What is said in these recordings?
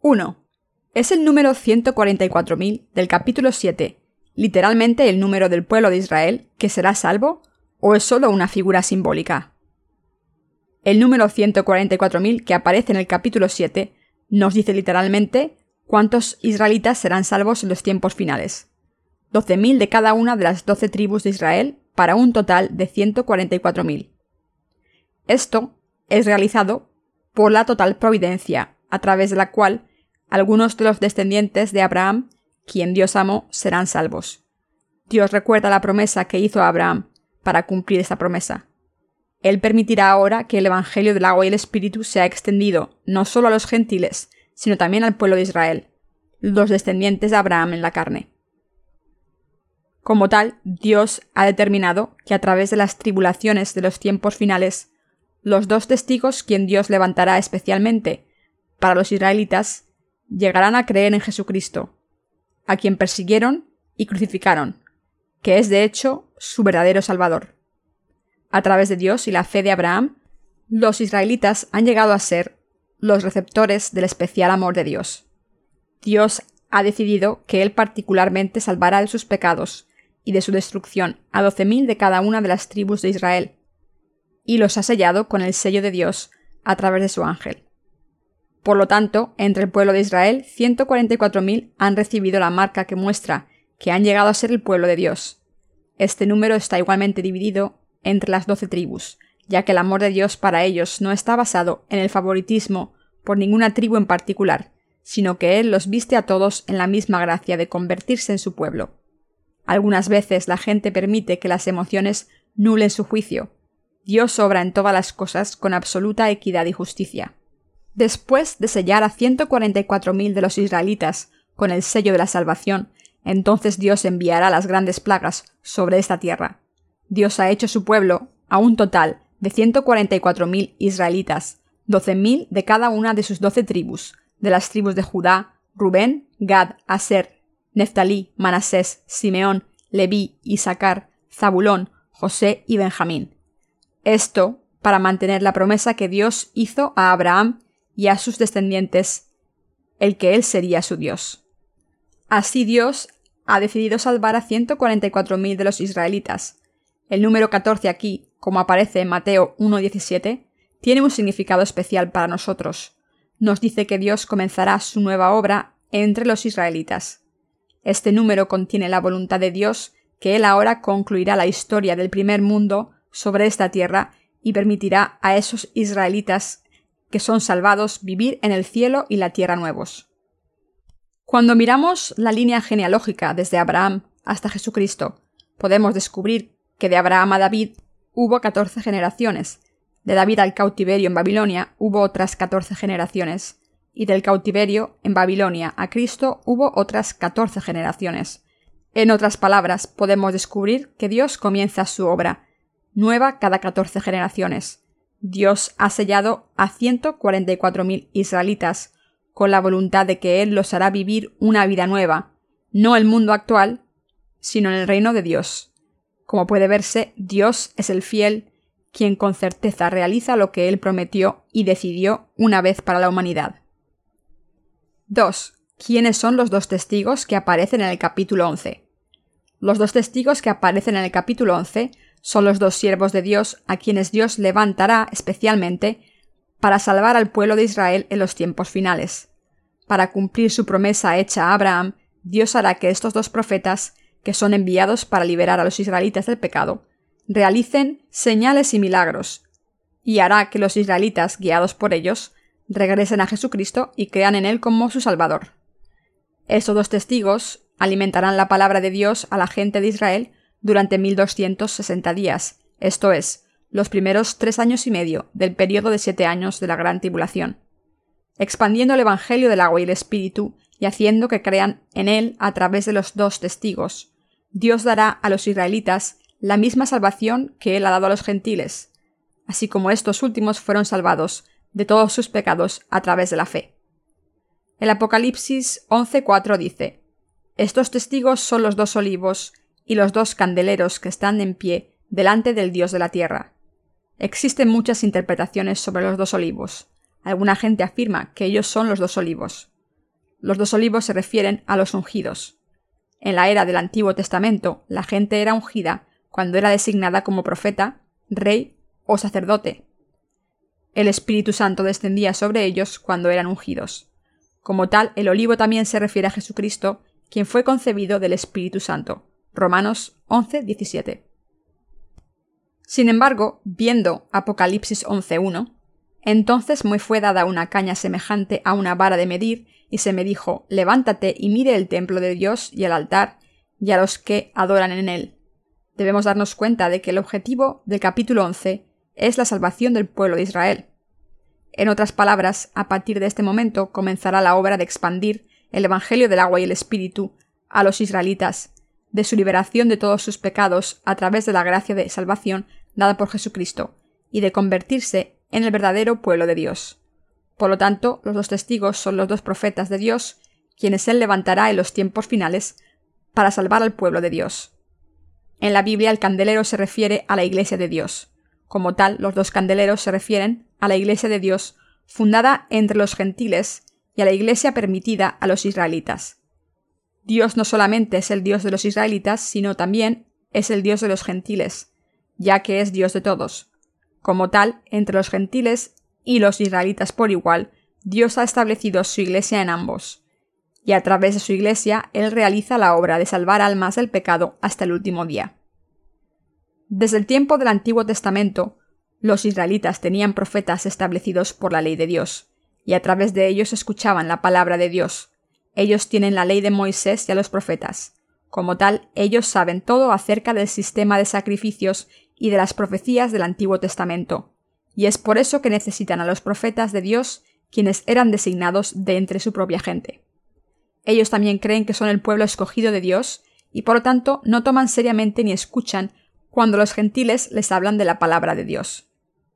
1. ¿Es el número 144.000 del capítulo 7 literalmente el número del pueblo de Israel que será salvo, o es solo una figura simbólica? El número 144.000 que aparece en el capítulo 7 nos dice literalmente cuántos israelitas serán salvos en los tiempos finales. 12.000 de cada una de las 12 tribus de Israel para un total de 144.000. Esto es realizado por la total providencia, a través de la cual algunos de los descendientes de Abraham, quien Dios amó, serán salvos. Dios recuerda la promesa que hizo a Abraham para cumplir esa promesa. Él permitirá ahora que el Evangelio del agua y el Espíritu sea extendido no solo a los gentiles, sino también al pueblo de Israel, los descendientes de Abraham en la carne. Como tal, Dios ha determinado que a través de las tribulaciones de los tiempos finales, los dos testigos quien Dios levantará especialmente para los israelitas llegarán a creer en Jesucristo, a quien persiguieron y crucificaron, que es de hecho su verdadero Salvador. A través de Dios y la fe de Abraham, los israelitas han llegado a ser los receptores del especial amor de Dios. Dios ha decidido que Él particularmente salvará de sus pecados y de su destrucción a 12.000 de cada una de las tribus de Israel, y los ha sellado con el sello de Dios a través de su ángel. Por lo tanto, entre el pueblo de Israel, 144.000 han recibido la marca que muestra que han llegado a ser el pueblo de Dios. Este número está igualmente dividido entre las 12 tribus, ya que el amor de Dios para ellos no está basado en el favoritismo por ninguna tribu en particular, sino que Él los viste a todos en la misma gracia de convertirse en su pueblo. Algunas veces la gente permite que las emociones nulen su juicio. Dios obra en todas las cosas con absoluta equidad y justicia. Después de sellar a 144.000 de los israelitas con el sello de la salvación, entonces Dios enviará las grandes plagas sobre esta tierra. Dios ha hecho su pueblo a un total de 144.000 israelitas, 12.000 de cada una de sus 12 tribus, de las tribus de Judá, Rubén, Gad, Aser, Neftalí, Manasés, Simeón, Leví, Isaacar, Zabulón, José y Benjamín. Esto para mantener la promesa que Dios hizo a Abraham y a sus descendientes, el que él sería su Dios. Así Dios ha decidido salvar a 144.000 de los israelitas. El número 14 aquí, como aparece en Mateo 1:17, tiene un significado especial para nosotros. Nos dice que Dios comenzará su nueva obra entre los israelitas. Este número contiene la voluntad de Dios que Él ahora concluirá la historia del primer mundo sobre esta tierra y permitirá a esos israelitas que son salvados vivir en el cielo y la tierra nuevos. Cuando miramos la línea genealógica desde Abraham hasta Jesucristo, podemos descubrir que de Abraham a David hubo 14 generaciones, de David al cautiverio en Babilonia hubo otras 14 generaciones, y del cautiverio en Babilonia a Cristo hubo otras 14 generaciones. En otras palabras, podemos descubrir que Dios comienza su obra nueva cada 14 generaciones. Dios ha sellado a 144.000 israelitas con la voluntad de que Él los hará vivir una vida nueva, no el mundo actual, sino en el reino de Dios. Como puede verse, Dios es el fiel, quien con certeza realiza lo que Él prometió y decidió una vez para la humanidad. 2. ¿Quiénes son los dos testigos que aparecen en el capítulo 11? Los dos testigos que aparecen en el capítulo 11 son los dos siervos de Dios a quienes Dios levantará especialmente para salvar al pueblo de Israel en los tiempos finales. Para cumplir su promesa hecha a Abraham, Dios hará que estos dos profetas, que son enviados para liberar a los israelitas del pecado, realicen señales y milagros, y hará que los israelitas, guiados por ellos, regresen a Jesucristo y crean en Él como su Salvador. Estos dos testigos alimentarán la palabra de Dios a la gente de Israel durante 1260 días, esto es, los primeros 3 años y medio del período de 7 años de la Gran Tribulación, expandiendo el Evangelio del agua y el Espíritu y haciendo que crean en Él a través de los dos testigos. Dios dará a los israelitas la misma salvación que Él ha dado a los gentiles, así como estos últimos fueron salvados de todos sus pecados a través de la fe. El Apocalipsis 11:4 dice: Estos testigos son los dos olivos y los dos candeleros que están en pie delante del Dios de la tierra. Existen muchas interpretaciones sobre los dos olivos. Alguna gente afirma que ellos son los dos olivos. Los 2 olivos se refieren a los ungidos. En la era del Antiguo Testamento, la gente era ungida cuando era designada como profeta, rey o sacerdote. El Espíritu Santo descendía sobre ellos cuando eran ungidos. Como tal, el olivo también se refiere a Jesucristo, quien fue concebido del Espíritu Santo. Romanos 11:17. Sin embargo, viendo Apocalipsis 11:1, entonces me fue dada una caña semejante a una vara de medir, y se me dijo: levántate y mide el templo de Dios y el altar, y a los que adoran en él. Debemos darnos cuenta de que el objetivo del capítulo 11 es la salvación del pueblo de Israel. En otras palabras, a partir de este momento comenzará la obra de expandir el Evangelio del agua y el Espíritu a los israelitas, de su liberación de todos sus pecados a través de la gracia de salvación dada por Jesucristo, y de convertirse en el verdadero pueblo de Dios. Por lo tanto, los 2 testigos son los 2 profetas de Dios, quienes Él levantará en los tiempos finales para salvar al pueblo de Dios. En la Biblia, el candelero se refiere a la Iglesia de Dios. Como tal, los 2 candeleros se refieren a la Iglesia de Dios, fundada entre los gentiles, y a la Iglesia permitida a los israelitas. Dios no solamente es el Dios de los israelitas, sino también es el Dios de los gentiles, ya que es Dios de todos. Como tal, entre los gentiles y los israelitas por igual, Dios ha establecido su Iglesia en ambos, y a través de su Iglesia Él realiza la obra de salvar almas del pecado hasta el último día. Desde el tiempo del Antiguo Testamento, los israelitas tenían profetas establecidos por la ley de Dios, y a través de ellos escuchaban la palabra de Dios. Ellos tienen la ley de Moisés y a los profetas. Como tal, ellos saben todo acerca del sistema de sacrificios y de las profecías del Antiguo Testamento, y es por eso que necesitan a los profetas de Dios, quienes eran designados de entre su propia gente. Ellos también creen que son el pueblo escogido de Dios, y por lo tanto no toman seriamente ni escuchan cuando los gentiles les hablan de la palabra de Dios.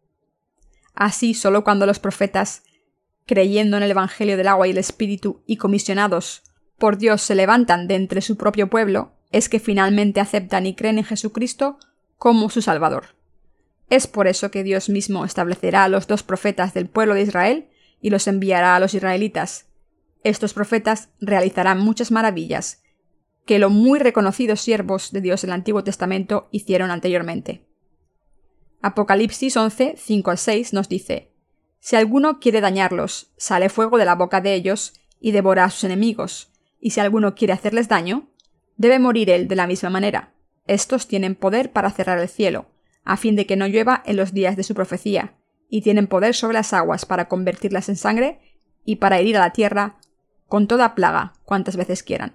Así, solo cuando los profetas, creyendo en el Evangelio del agua y el Espíritu y comisionados por Dios, se levantan de entre su propio pueblo, es que finalmente aceptan y creen en Jesucristo como su Salvador. Es por eso que Dios mismo establecerá a los 2 profetas del pueblo de Israel y los enviará a los israelitas. Estos profetas realizarán muchas maravillas que los muy reconocidos siervos de Dios del Antiguo Testamento hicieron anteriormente. Apocalipsis 11, 5-6 nos dice: si alguno quiere dañarlos, sale fuego de la boca de ellos y devora a sus enemigos, y si alguno quiere hacerles daño, debe morir él de la misma manera. Estos tienen poder para cerrar el cielo, a fin de que no llueva en los días de su profecía, y tienen poder sobre las aguas para convertirlas en sangre y para herir a la tierra con toda plaga cuantas veces quieran.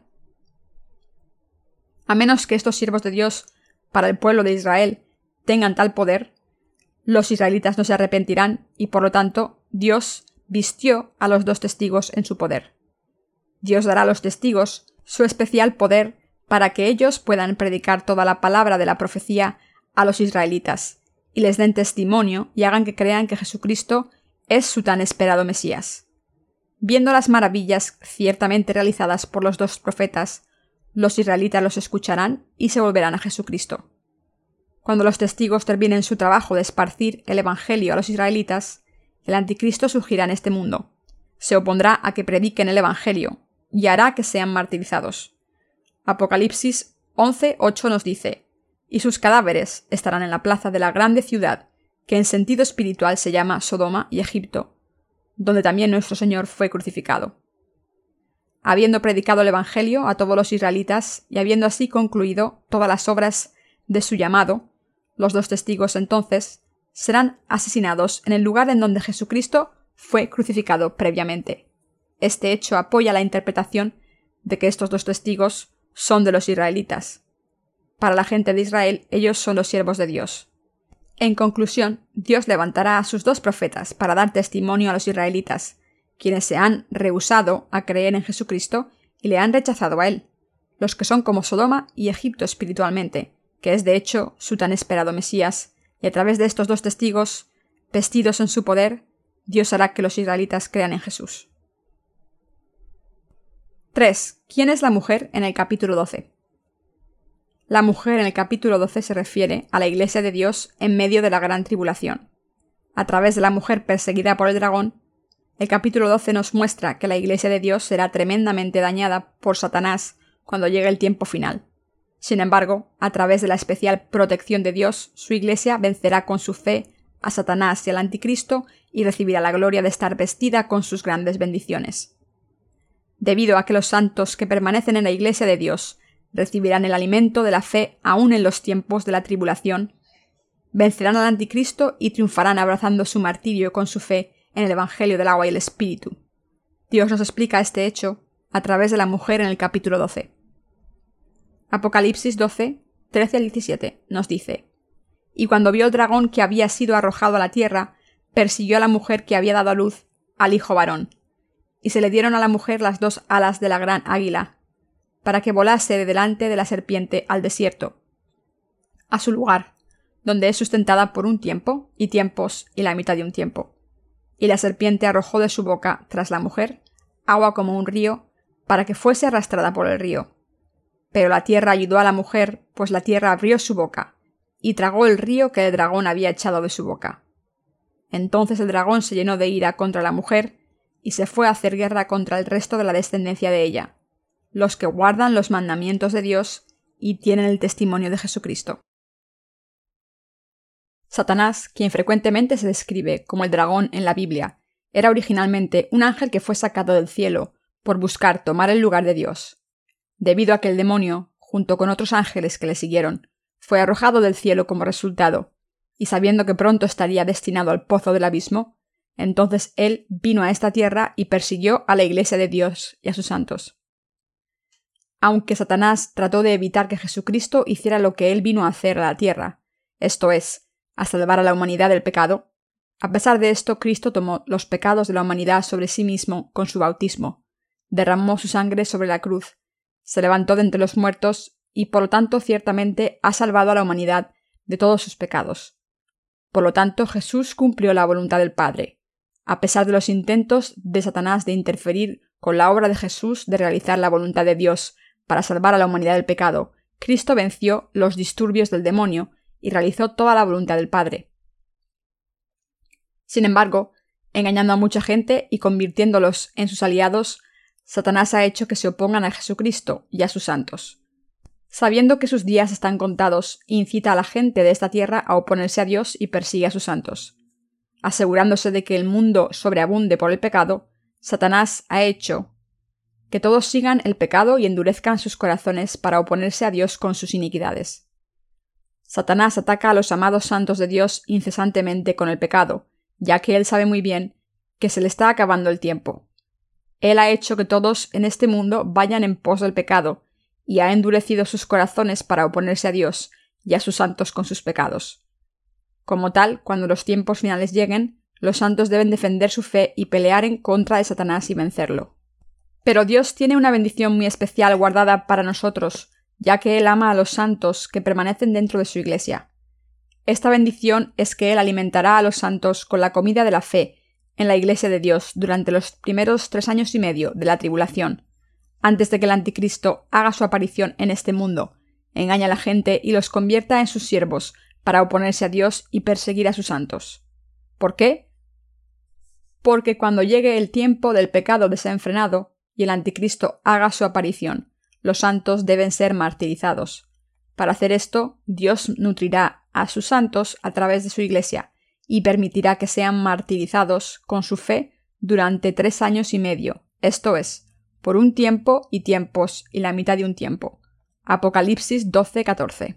A menos que estos siervos de Dios para el pueblo de Israel tengan tal poder, los israelitas no se arrepentirán y por lo tanto Dios vistió a los 2 testigos en su poder. Dios dará a los testigos su especial poder para que ellos puedan predicar toda la palabra de la profecía a los israelitas y les den testimonio y hagan que crean que Jesucristo es su tan esperado Mesías. Viendo las maravillas ciertamente realizadas por los 2 profetas, los israelitas los escucharán y se volverán a Jesucristo. Cuando los testigos terminen su trabajo de esparcir el Evangelio a los israelitas, el anticristo surgirá en este mundo. Se opondrá a que prediquen el Evangelio y hará que sean martirizados. Apocalipsis 11:8 nos dice: y sus cadáveres estarán en la plaza de la grande ciudad, que en sentido espiritual se llama Sodoma y Egipto, donde también nuestro Señor fue crucificado. Habiendo predicado el Evangelio a todos los israelitas y habiendo así concluido todas las obras de su llamado, los 2 testigos entonces serán asesinados en el lugar en donde Jesucristo fue crucificado previamente. Este hecho apoya la interpretación de que estos 2 testigos son de los israelitas. Para la gente de Israel, ellos son los siervos de Dios. En conclusión, Dios levantará a sus 2 profetas para dar testimonio a los israelitas, quienes se han rehusado a creer en Jesucristo y le han rechazado a Él, los que son como Sodoma y Egipto espiritualmente, que es de hecho su tan esperado Mesías, y a través de estos 2 testigos, vestidos en su poder, Dios hará que los israelitas crean en Jesús. 3. ¿Quién es la mujer en el capítulo 12? La mujer en el capítulo 12 se refiere a la Iglesia de Dios en medio de la gran tribulación. A través de la mujer perseguida por el dragón, El capítulo 12 nos muestra que la Iglesia de Dios será tremendamente dañada por Satanás cuando llegue el tiempo final. Sin embargo, a través de la especial protección de Dios, su Iglesia vencerá con su fe a Satanás y al Anticristo y recibirá la gloria de estar vestida con sus grandes bendiciones. Debido a que los santos que permanecen en la Iglesia de Dios recibirán el alimento de la fe aún en los tiempos de la tribulación, vencerán al Anticristo y triunfarán abrazando su martirio con su fe en el Evangelio del agua y el Espíritu. Dios nos explica este hecho a través de la mujer en el capítulo 12. Apocalipsis 12, 13 al 17 nos dice: Y cuando vio el dragón que había sido arrojado a la tierra, persiguió a la mujer que había dado a luz al hijo varón, y se le dieron a la mujer las 2 alas de la gran águila, para que volase de delante de la serpiente al desierto, a su lugar, donde es sustentada por un tiempo, y tiempos, y la mitad de un tiempo. Y la serpiente arrojó de su boca, tras la mujer, agua como un río, para que fuese arrastrada por el río. Pero la tierra ayudó a la mujer, pues la tierra abrió su boca, y tragó el río que el dragón había echado de su boca. Entonces el dragón se llenó de ira contra la mujer, y se fue a hacer guerra contra el resto de la descendencia de ella, los que guardan los mandamientos de Dios y tienen el testimonio de Jesucristo. Satanás, quien frecuentemente se describe como el dragón en la Biblia, era originalmente un ángel que fue sacado del cielo por buscar tomar el lugar de Dios. Debido a que el demonio, junto con otros ángeles que le siguieron, fue arrojado del cielo como resultado, y sabiendo que pronto estaría destinado al pozo del abismo, entonces él vino a esta tierra y persiguió a la Iglesia de Dios y a sus santos. Aunque Satanás trató de evitar que Jesucristo hiciera lo que él vino a hacer a la tierra, esto es, a salvar a la humanidad del pecado, a pesar de esto Cristo tomó los pecados de la humanidad sobre sí mismo con su bautismo, derramó su sangre sobre la cruz, se levantó de entre los muertos y por lo tanto ciertamente ha salvado a la humanidad de todos sus pecados. Por lo tanto, Jesús cumplió la voluntad del Padre, a pesar de los intentos de Satanás de interferir con la obra de Jesús de realizar la voluntad de Dios para salvar a la humanidad del pecado. Cristo venció los disturbios del demonio y realizó toda la voluntad del Padre. Sin embargo, engañando a mucha gente y convirtiéndolos en sus aliados, Satanás ha hecho que se opongan a Jesucristo y a sus santos. Sabiendo que sus días están contados, incita a la gente de esta tierra a oponerse a Dios y persigue a sus santos. Asegurándose de que el mundo sobreabunde por el pecado, Satanás ha hecho que todos sigan el pecado y endurezcan sus corazones para oponerse a Dios con sus iniquidades. Satanás ataca a los amados santos de Dios incesantemente con el pecado, ya que él sabe muy bien que se le está acabando el tiempo. Él ha hecho que todos en este mundo vayan en pos del pecado, y ha endurecido sus corazones para oponerse a Dios y a sus santos con sus pecados. Como tal, cuando los tiempos finales lleguen, los santos deben defender su fe y pelear en contra de Satanás y vencerlo. Pero Dios tiene una bendición muy especial guardada para nosotros, ya que Él ama a los santos que permanecen dentro de su Iglesia. Esta bendición es que Él alimentará a los santos con la comida de la fe en la Iglesia de Dios durante los primeros 3 años y medio de la tribulación, antes de que el Anticristo haga su aparición en este mundo, engañe a la gente y los convierta en sus siervos para oponerse a Dios y perseguir a sus santos. ¿Por qué? Porque cuando llegue el tiempo del pecado desenfrenado y el Anticristo haga su aparición, los santos deben ser martirizados. Para hacer esto, Dios nutrirá a sus santos a través de su Iglesia y permitirá que sean martirizados con su fe durante 3 años y medio, esto es, por un tiempo y tiempos y la mitad de un tiempo. Apocalipsis 12:14.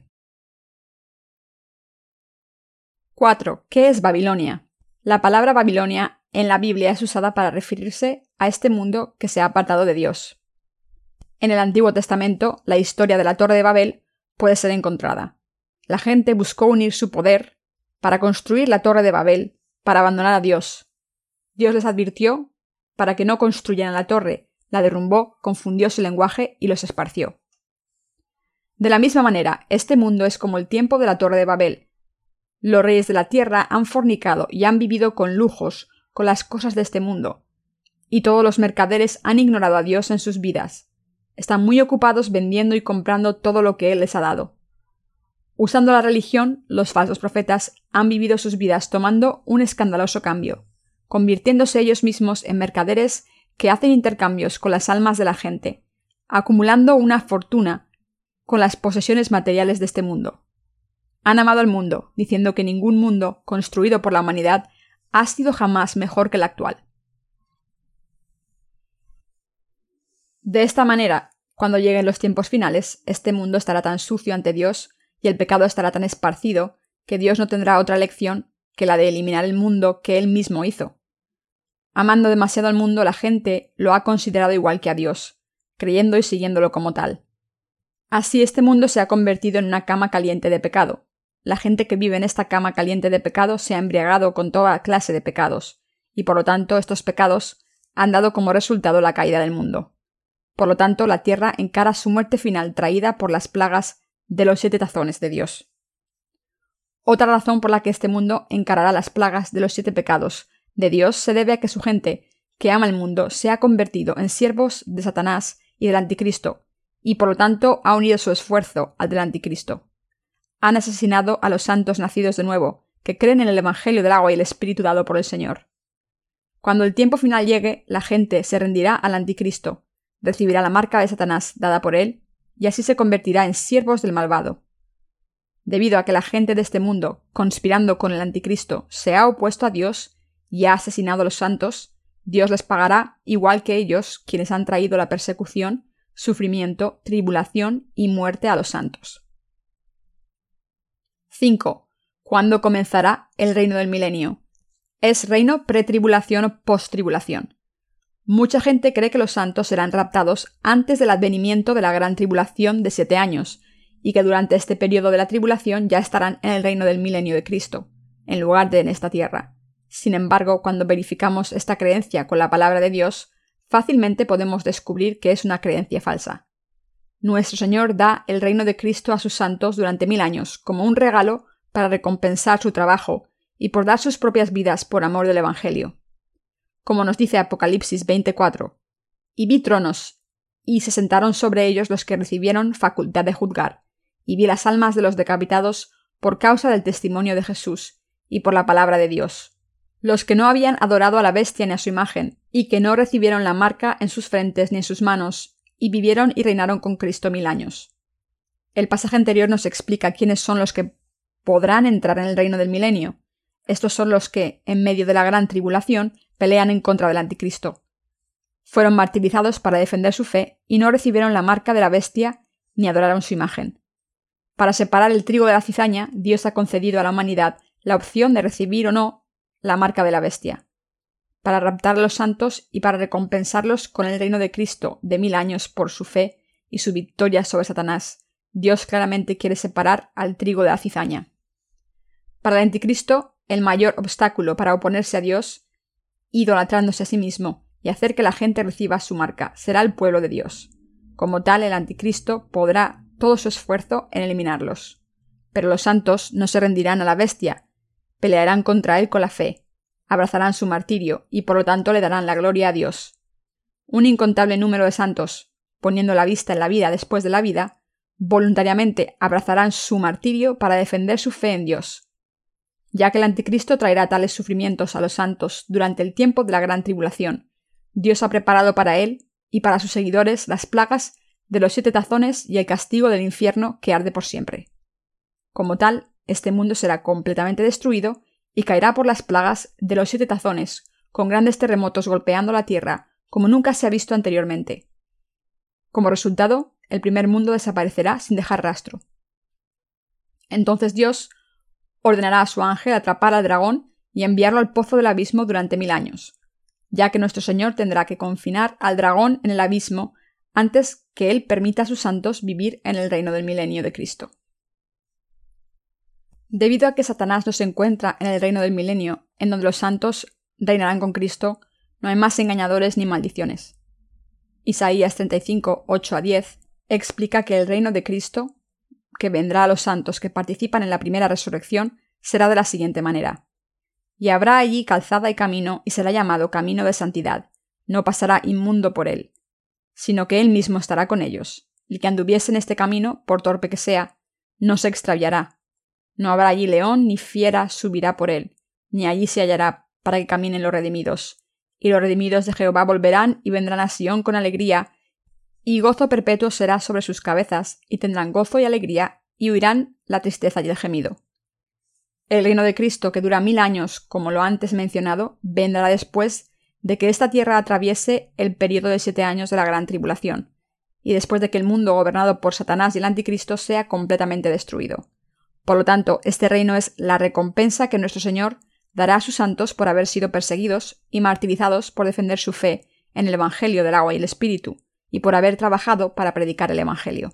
4. ¿Qué es Babilonia? La palabra Babilonia en la Biblia es usada para referirse a este mundo que se ha apartado de Dios. En el Antiguo Testamento, la historia de la Torre de Babel puede ser encontrada. La gente buscó unir su poder para construir la Torre de Babel, para abandonar a Dios. Dios les advirtió para que no construyeran la torre, la derrumbó, confundió su lenguaje y los esparció. De la misma manera, este mundo es como el tiempo de la Torre de Babel. Los reyes de la tierra han fornicado y han vivido con lujos, con las cosas de este mundo. Y todos los mercaderes han ignorado a Dios en sus vidas. Están muy ocupados vendiendo y comprando todo lo que Él les ha dado. Usando la religión, los falsos profetas han vivido sus vidas tomando un escandaloso cambio. convirtiéndose ellos mismos en mercaderes que hacen intercambios con las almas de la gente, acumulando una fortuna con las posesiones materiales de este mundo. Han amado al mundo, diciendo que ningún mundo construido por la humanidad ha sido jamás mejor que el actual. De esta manera, cuando lleguen los tiempos finales, este mundo estará tan sucio ante Dios y el pecado estará tan esparcido que Dios no tendrá otra elección que la de eliminar el mundo que Él mismo hizo. Amando demasiado al mundo, la gente lo ha considerado igual que a Dios, creyendo y siguiéndolo como tal. Así este mundo se ha convertido en una cama caliente de pecado. La gente que vive en esta cama caliente de pecado se ha embriagado con toda clase de pecados, y por lo tanto estos pecados han dado como resultado la caída del mundo. Por lo tanto, la tierra encara su muerte final traída por las plagas de los 7 tazones de Dios. Otra razón por la que este mundo encarará las plagas de los 7 pecados de Dios se debe a que su gente, que ama el mundo, se ha convertido en siervos de Satanás y del Anticristo, y por lo tanto ha unido su esfuerzo al del Anticristo. Han asesinado a los santos nacidos de nuevo, que creen en el Evangelio del agua y el Espíritu dado por el Señor. Cuando el tiempo final llegue, la gente se rendirá al Anticristo, recibirá la marca de Satanás dada por él, y así se convertirá en siervos del malvado. Debido a que la gente de este mundo, conspirando con el Anticristo, se ha opuesto a Dios y ha asesinado a los santos, Dios les pagará igual que ellos, quienes han traído la persecución, sufrimiento, tribulación y muerte a los santos. 5. ¿Cuándo comenzará el reino del milenio? ¿Es reino pretribulación o posttribulación? Mucha gente cree que los santos serán raptados antes del advenimiento de la gran tribulación de 7 años, y que durante este periodo de la tribulación ya estarán en el reino del milenio de Cristo, en lugar de en esta tierra. Sin embargo, cuando verificamos esta creencia con la palabra de Dios, fácilmente podemos descubrir que es una creencia falsa. Nuestro Señor da el reino de Cristo a sus santos durante 1000 años, como un regalo para recompensar su trabajo y por dar sus propias vidas por amor del Evangelio. Como nos dice Apocalipsis 24, y vi tronos, y se sentaron sobre ellos los que recibieron facultad de juzgar, y vi las almas de los decapitados por causa del testimonio de Jesús y por la palabra de Dios, los que no habían adorado a la bestia ni a su imagen, y que no recibieron la marca en sus frentes ni en sus manos, y vivieron y reinaron con Cristo 1000 años. El pasaje anterior nos explica quiénes son los que podrán entrar en el reino del milenio. Estos son los que, en medio de la gran tribulación, pelean en contra del Anticristo. Fueron martirizados para defender su fe y no recibieron la marca de la bestia ni adoraron su imagen. Para separar el trigo de la cizaña, Dios ha concedido a la humanidad la opción de recibir o no la marca de la bestia. Para raptar a los santos y para recompensarlos con el reino de Cristo de 1000 años por su fe y su victoria sobre Satanás, Dios claramente quiere separar al trigo de la cizaña. Para el Anticristo, el mayor obstáculo para oponerse a Dios, idolatrándose a sí mismo y hacer que la gente reciba su marca, será el pueblo de Dios. Como tal, el Anticristo podrá todo su esfuerzo en eliminarlos. Pero los santos no se rendirán a la bestia, pelearán contra él con la fe, abrazarán su martirio y por lo tanto le darán la gloria a Dios. Un incontable número de santos, poniendo la vista en la vida después de la vida, voluntariamente abrazarán su martirio para defender su fe en Dios. Ya que el Anticristo traerá tales sufrimientos a los santos durante el tiempo de la gran tribulación, Dios ha preparado para él y para sus seguidores las plagas de los 7 tazones y el castigo del infierno que arde por siempre. Como tal, este mundo será completamente destruido y caerá por las plagas de los 7 tazones, con grandes terremotos golpeando la tierra como nunca se ha visto anteriormente. Como resultado, el primer mundo desaparecerá sin dejar rastro. Entonces Dios ordenará a su ángel atrapar al dragón y enviarlo al pozo del abismo durante 1000 años, ya que nuestro Señor tendrá que confinar al dragón en el abismo antes que él permita a sus santos vivir en el reino del milenio de Cristo. Debido a que Satanás no se encuentra en el reino del milenio, en donde los santos reinarán con Cristo, no hay más engañadores ni maldiciones. Isaías 35, 8-10 explica que el reino de Cristo, que vendrá a los santos que participan en la primera resurrección, será de la siguiente manera. Y habrá allí calzada y camino, y será llamado camino de santidad. No pasará inmundo por él, sino que él mismo estará con ellos. El que anduviese en este camino, por torpe que sea, no se extraviará. No habrá allí león ni fiera subirá por él, ni allí se hallará para que caminen los redimidos. Y los redimidos de Jehová volverán y vendrán a Sión con alegría, y gozo perpetuo será sobre sus cabezas, y tendrán gozo y alegría, y huirán la tristeza y el gemido. El reino de Cristo, que dura 1000 años, como lo antes mencionado, vendrá después de que esta tierra atraviese el período de 7 años de la gran tribulación, y después de que el mundo gobernado por Satanás y el anticristo sea completamente destruido. Por lo tanto, este reino es la recompensa que nuestro Señor dará a sus santos por haber sido perseguidos y martirizados por defender su fe en el Evangelio del agua y el Espíritu, y por haber trabajado para predicar el Evangelio.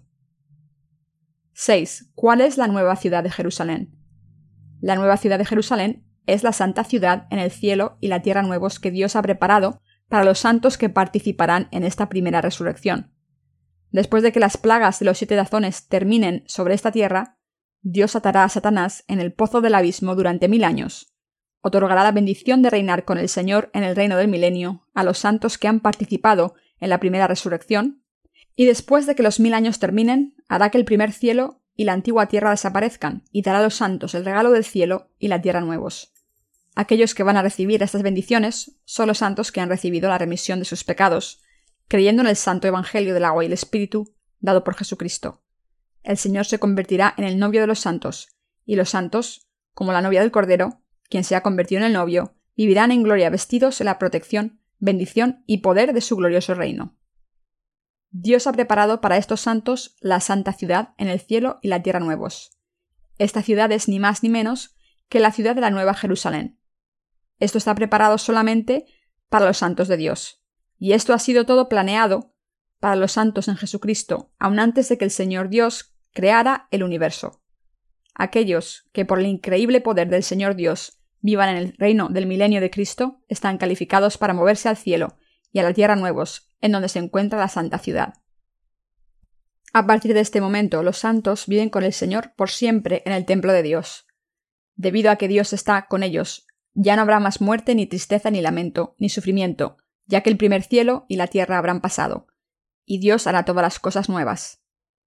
6. ¿Cuál es la nueva ciudad de Jerusalén? La nueva ciudad de Jerusalén es la santa ciudad en el cielo y la tierra nuevos que Dios ha preparado para los santos que participarán en esta primera resurrección. Después de que las plagas de los 7 azones terminen sobre esta tierra, Dios atará a Satanás en el pozo del abismo durante 1000 años. Otorgará la bendición de reinar con el Señor en el reino del milenio a los santos que han participado en la primera resurrección, y después de que los 1000 años terminen, hará que el primer cielo y la antigua tierra desaparezcan, y dará a los santos el regalo del cielo y la tierra nuevos. Aquellos que van a recibir estas bendiciones son los santos que han recibido la remisión de sus pecados, creyendo en el santo evangelio del agua y el Espíritu dado por Jesucristo. El Señor se convertirá en el novio de los santos, y los santos, como la novia del Cordero, quien se ha convertido en el novio, vivirán en gloria vestidos en la protección, bendición y poder de su glorioso reino. Dios ha preparado para estos santos la santa ciudad en el cielo y la tierra nuevos. Esta ciudad es ni más ni menos que la ciudad de la Nueva Jerusalén. Esto está preparado solamente para los santos de Dios, y esto ha sido todo planeado para los santos en Jesucristo, aun antes de que el Señor Dios creara el universo. Aquellos que por el increíble poder del Señor Dios vivan en el reino del milenio de Cristo están calificados para moverse al cielo y a la tierra nuevos, en donde se encuentra la santa ciudad. A partir de este momento, los santos viven con el Señor por siempre en el templo de Dios. Debido a que Dios está con ellos, ya no habrá más muerte, ni tristeza, ni lamento, ni sufrimiento, ya que el primer cielo y la tierra habrán pasado, y Dios hará todas las cosas nuevas.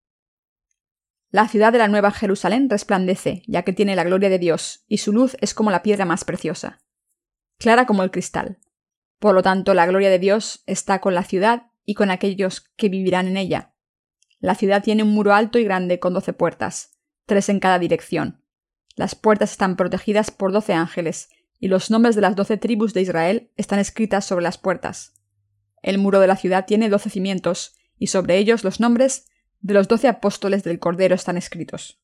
La ciudad de la Nueva Jerusalén resplandece, ya que tiene la gloria de Dios, y su luz es como la piedra más preciosa, clara como el cristal. Por lo tanto, la gloria de Dios está con la ciudad y con aquellos que vivirán en ella. La ciudad tiene un muro alto y grande con 12 puertas, 3 en cada dirección. Las puertas están protegidas por 12 ángeles, y los nombres de las 12 tribus de Israel están escritas sobre las puertas. El muro de la ciudad tiene 12 cimientos, y sobre ellos los nombres de los 12 apóstoles del Cordero están escritos.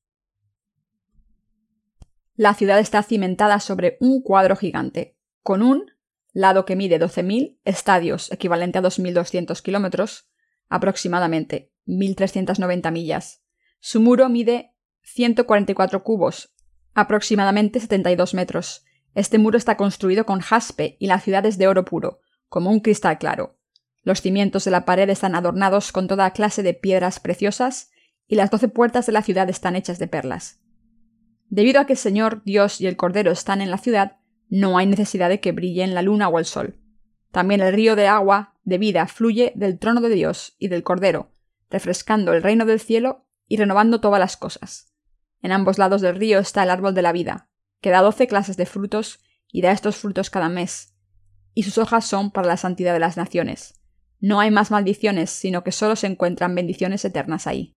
La ciudad está cimentada sobre un cuadro gigante, con un lado que mide 12.000 estadios, equivalente a 2.200 kilómetros, aproximadamente 1.390 millas. Su muro mide 144 cubos, aproximadamente 72 metros. Este muro está construido con jaspe y la ciudad es de oro puro, como un cristal claro. Los cimientos de la pared están adornados con toda clase de piedras preciosas y las 12 puertas de la ciudad están hechas de perlas. Debido a que el Señor, Dios y el Cordero están en la ciudad, no hay necesidad de que brillen la luna o el sol. También el río de agua de vida fluye del trono de Dios y del Cordero, refrescando el reino del cielo y renovando todas las cosas. En ambos lados del río está el árbol de la vida, que da 12 clases de frutos y da estos frutos cada mes, y sus hojas son para la santidad de las naciones. No hay más maldiciones, sino que solo se encuentran bendiciones eternas ahí.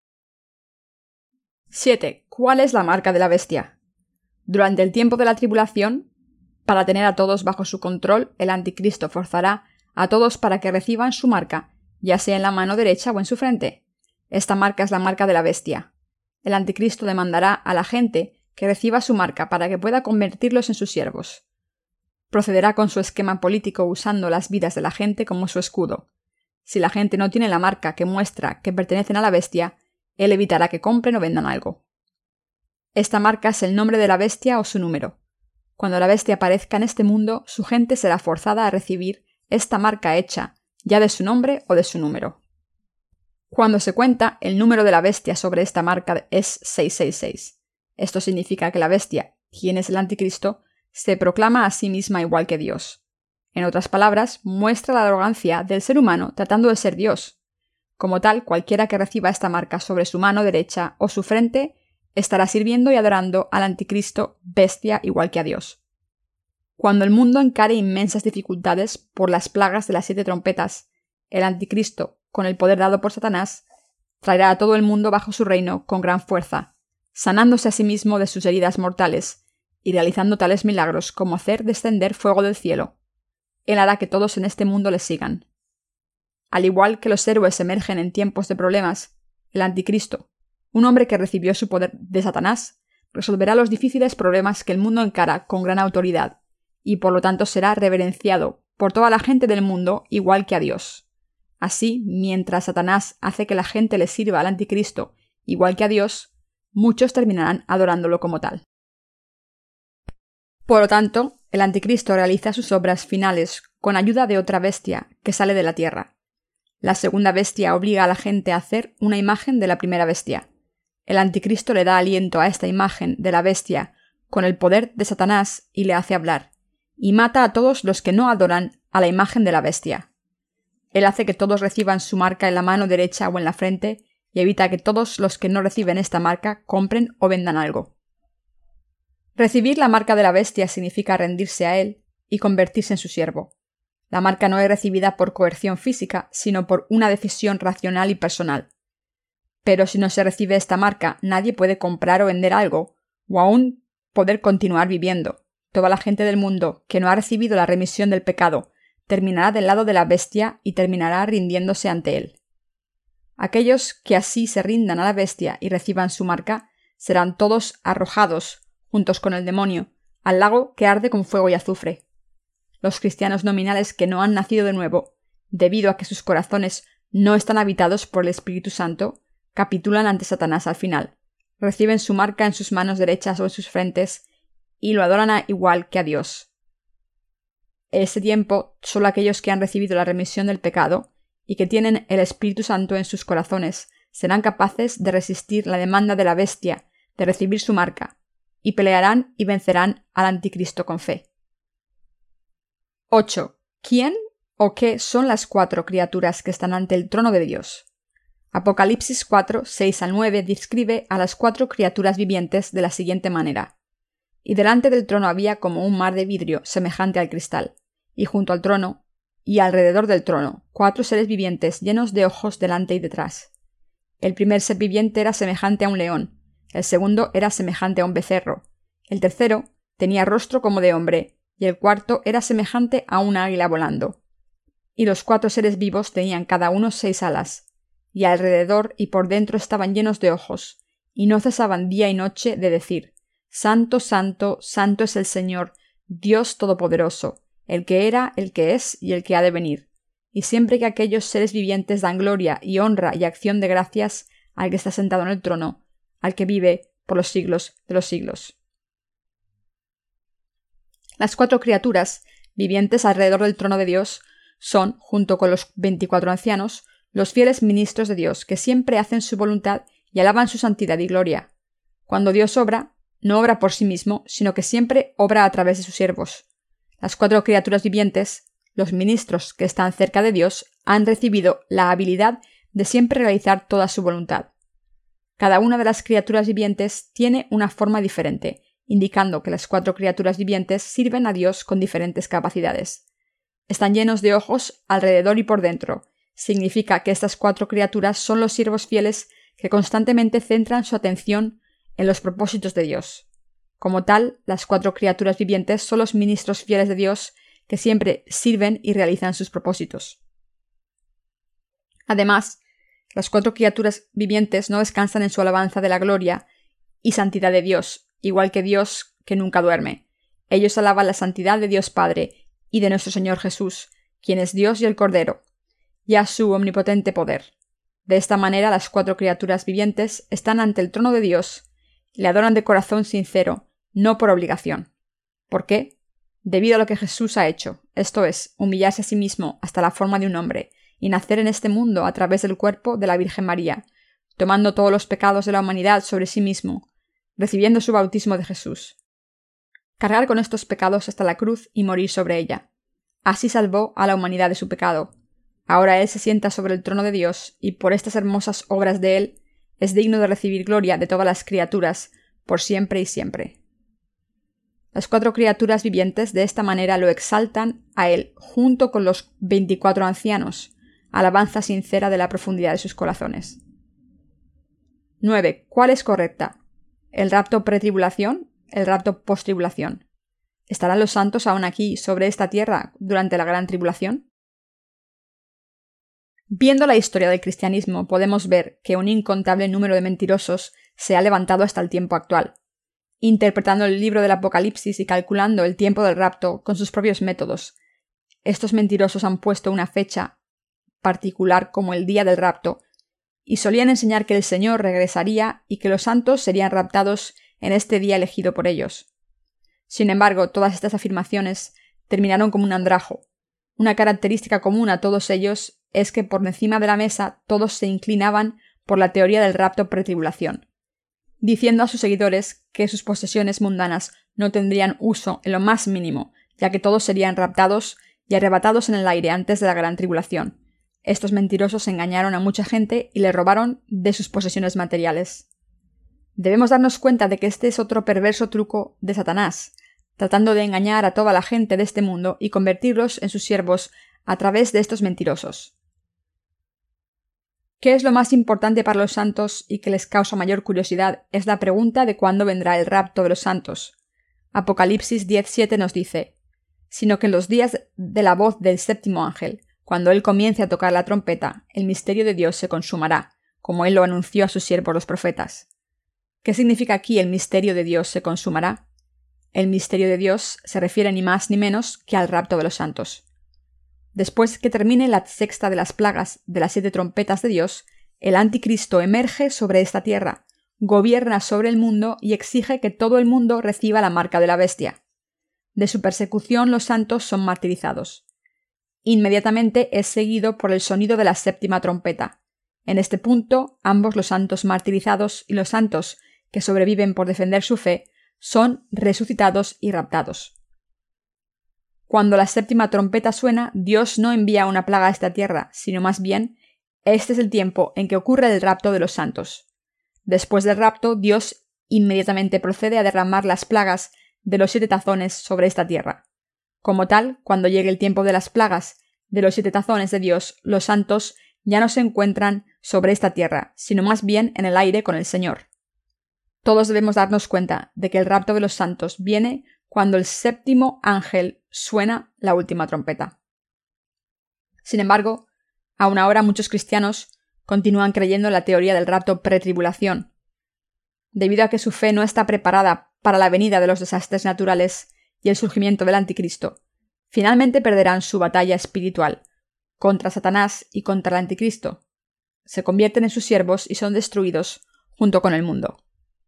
7. ¿Cuál es la marca de la bestia? Durante el tiempo de la tribulación, para tener a todos bajo su control, el anticristo forzará a todos para que reciban su marca, ya sea en la mano derecha o en su frente. Esta marca es la marca de la bestia. El anticristo demandará a la gente que reciba su marca para que pueda convertirlos en sus siervos. Procederá con su esquema político usando las vidas de la gente como su escudo. Si la gente no tiene la marca que muestra que pertenecen a la bestia, él evitará que compren o vendan algo. Esta marca es el nombre de la bestia o su número. Cuando la bestia aparezca en este mundo, su gente será forzada a recibir esta marca hecha, ya de su nombre o de su número. Cuando se cuenta, el número de la bestia sobre esta marca es 666. Esto significa que la bestia, quien es el anticristo, se proclama a sí misma igual que Dios. En otras palabras, muestra la arrogancia del ser humano tratando de ser Dios. Como tal, cualquiera que reciba esta marca sobre su mano derecha o su frente estará sirviendo y adorando al anticristo bestia igual que a Dios. Cuando el mundo encare inmensas dificultades por las plagas de las 7 trompetas, el Anticristo, con el poder dado por Satanás, traerá a todo el mundo bajo su reino con gran fuerza, sanándose a sí mismo de sus heridas mortales y realizando tales milagros como hacer descender fuego del cielo. Él hará que todos en este mundo le sigan. Al igual que los héroes emergen en tiempos de problemas, el Anticristo, un hombre que recibió su poder de Satanás, resolverá los difíciles problemas que el mundo encara con gran autoridad, y por lo tanto será reverenciado por toda la gente del mundo igual que a Dios. Así, mientras Satanás hace que la gente le sirva al Anticristo igual que a Dios, muchos terminarán adorándolo como tal. Por lo tanto, el Anticristo realiza sus obras finales con ayuda de otra bestia que sale de la tierra. La segunda bestia obliga a la gente a hacer una imagen de la primera bestia. El Anticristo le da aliento a esta imagen de la bestia con el poder de Satanás y le hace hablar, y mata a todos los que no adoran a la imagen de la bestia. Él hace que todos reciban su marca en la mano derecha o en la frente y evita que todos los que no reciben esta marca compren o vendan algo. Recibir la marca de la bestia significa rendirse a él y convertirse en su siervo. La marca no es recibida por coerción física, sino por una decisión racional y personal. Pero si no se recibe esta marca, nadie puede comprar o vender algo, o aún poder continuar viviendo. Toda la gente del mundo que no ha recibido la remisión del pecado terminará del lado de la bestia y terminará rindiéndose ante él. Aquellos que así se rindan a la bestia y reciban su marca serán todos arrojados, juntos con el demonio, al lago que arde con fuego y azufre. Los cristianos nominales que no han nacido de nuevo, debido a que sus corazones no están habitados por el Espíritu Santo, capitulan ante Satanás al final, reciben su marca en sus manos derechas o en sus frentes y lo adoran igual que a Dios. En ese tiempo, solo aquellos que han recibido la remisión del pecado y que tienen el Espíritu Santo en sus corazones serán capaces de resistir la demanda de la bestia de recibir su marca, y pelearán y vencerán al Anticristo con fe. 8. ¿Quién o qué son las 4 criaturas que están ante el trono de Dios? Apocalipsis 4, 6 al 9 describe a las 4 criaturas vivientes de la siguiente manera. Y delante del trono había como un mar de vidrio semejante al cristal, y junto al trono, y alrededor del trono, 4 seres vivientes llenos de ojos delante y detrás. El primer ser viviente era semejante a un león, el segundo era semejante a un becerro, el tercero tenía rostro como de hombre, y el cuarto era semejante a un águila volando. Y los 4 seres vivos tenían cada uno 6 alas, y alrededor y por dentro estaban llenos de ojos, y no cesaban día y noche de decir: Santo, santo, santo es el Señor, Dios Todopoderoso, el que era, el que es y el que ha de venir. Y siempre que aquellos seres vivientes dan gloria y honra y acción de gracias al que está sentado en el trono, al que vive por los siglos de los siglos. Las 4 criaturas vivientes alrededor del trono de Dios son, junto con los 24 ancianos, los fieles ministros de Dios que siempre hacen su voluntad y alaban su santidad y gloria. Cuando Dios obra, no obra por sí mismo, sino que siempre obra a través de sus siervos. Las 4 criaturas vivientes, los ministros que están cerca de Dios, han recibido la habilidad de siempre realizar toda su voluntad. Cada una de las criaturas vivientes tiene una forma diferente, indicando que las 4 criaturas vivientes sirven a Dios con diferentes capacidades. Están llenos de ojos alrededor y por dentro. Significa que estas 4 criaturas son los siervos fieles que constantemente centran su atención en los propósitos de Dios. Como tal, las 4 criaturas vivientes son los ministros fieles de Dios que siempre sirven y realizan sus propósitos. Además, las 4 criaturas vivientes no descansan en su alabanza de la gloria y santidad de Dios, igual que Dios que nunca duerme. Ellos alaban la santidad de Dios Padre y de nuestro Señor Jesús, quien es Dios y el Cordero, y a su omnipotente poder. De esta manera, las 4 criaturas vivientes están ante el trono de Dios, le adoran de corazón sincero, no por obligación. ¿Por qué? Debido a lo que Jesús ha hecho, esto es, humillarse a sí mismo hasta la forma de un hombre, y nacer en este mundo a través del cuerpo de la Virgen María, tomando todos los pecados de la humanidad sobre sí mismo, recibiendo su bautismo de Jesús. Cargar con estos pecados hasta la cruz y morir sobre ella. Así salvó a la humanidad de su pecado. Ahora Él se sienta sobre el trono de Dios, y por estas hermosas obras de Él, es digno de recibir gloria de todas las criaturas, por siempre y siempre. Las 4 criaturas vivientes de esta manera lo exaltan a él junto con los 24 ancianos, alabanza sincera de la profundidad de sus corazones. 9. ¿Cuál es correcta? ¿El rapto pretribulación? ¿El rapto postribulación? ¿Estarán los santos aún aquí sobre esta tierra durante la gran tribulación? Viendo la historia del cristianismo, podemos ver que un incontable número de mentirosos se ha levantado hasta el tiempo actual, interpretando el libro del Apocalipsis y calculando el tiempo del rapto con sus propios métodos. Estos mentirosos han puesto una fecha particular como el día del rapto, y solían enseñar que el Señor regresaría y que los santos serían raptados en este día elegido por ellos. Sin embargo, todas estas afirmaciones terminaron como un andrajo. Una característica común a todos ellos es que por encima de la mesa todos se inclinaban por la teoría del rapto pretribulación, diciendo a sus seguidores que sus posesiones mundanas no tendrían uso en lo más mínimo, ya que todos serían raptados y arrebatados en el aire antes de la gran tribulación. Estos mentirosos engañaron a mucha gente y le robaron de sus posesiones materiales. Debemos darnos cuenta de que este es otro perverso truco de Satanás, tratando de engañar a toda la gente de este mundo y convertirlos en sus siervos a través de estos mentirosos. ¿Qué es lo más importante para los santos y que les causa mayor curiosidad? Es la pregunta de cuándo vendrá el rapto de los santos. Apocalipsis 10:7 nos dice: sino que en los días de la voz del séptimo ángel, cuando él comience a tocar la trompeta, el misterio de Dios se consumará, como él lo anunció a sus siervos los profetas. ¿Qué significa aquí el misterio de Dios se consumará? El misterio de Dios se refiere ni más ni menos que al rapto de los santos. Después que termine la sexta de las plagas de las 7 trompetas de Dios, el anticristo emerge sobre esta tierra, gobierna sobre el mundo y exige que todo el mundo reciba la marca de la bestia. De su persecución los santos son martirizados. Inmediatamente es seguido por el sonido de la séptima trompeta. En este punto, ambos los santos martirizados y los santos que sobreviven por defender su fe son resucitados y raptados. Cuando la séptima trompeta suena, Dios no envía una plaga a esta tierra, sino más bien, este es el tiempo en que ocurre el rapto de los santos. Después del rapto, Dios inmediatamente procede a derramar las plagas de los 7 tazones sobre esta tierra. Como tal, cuando llegue el tiempo de las plagas de los 7 tazones de Dios, los santos ya no se encuentran sobre esta tierra, sino más bien en el aire con el Señor. Todos debemos darnos cuenta de que el rapto de los santos viene cuando el séptimo ángel suena la última trompeta. Sin embargo, aún ahora muchos cristianos continúan creyendo en la teoría del rapto pretribulación. Debido a que su fe no está preparada para la venida de los desastres naturales y el surgimiento del anticristo, finalmente perderán su batalla espiritual contra Satanás y contra el anticristo. Se convierten en sus siervos y son destruidos junto con el mundo.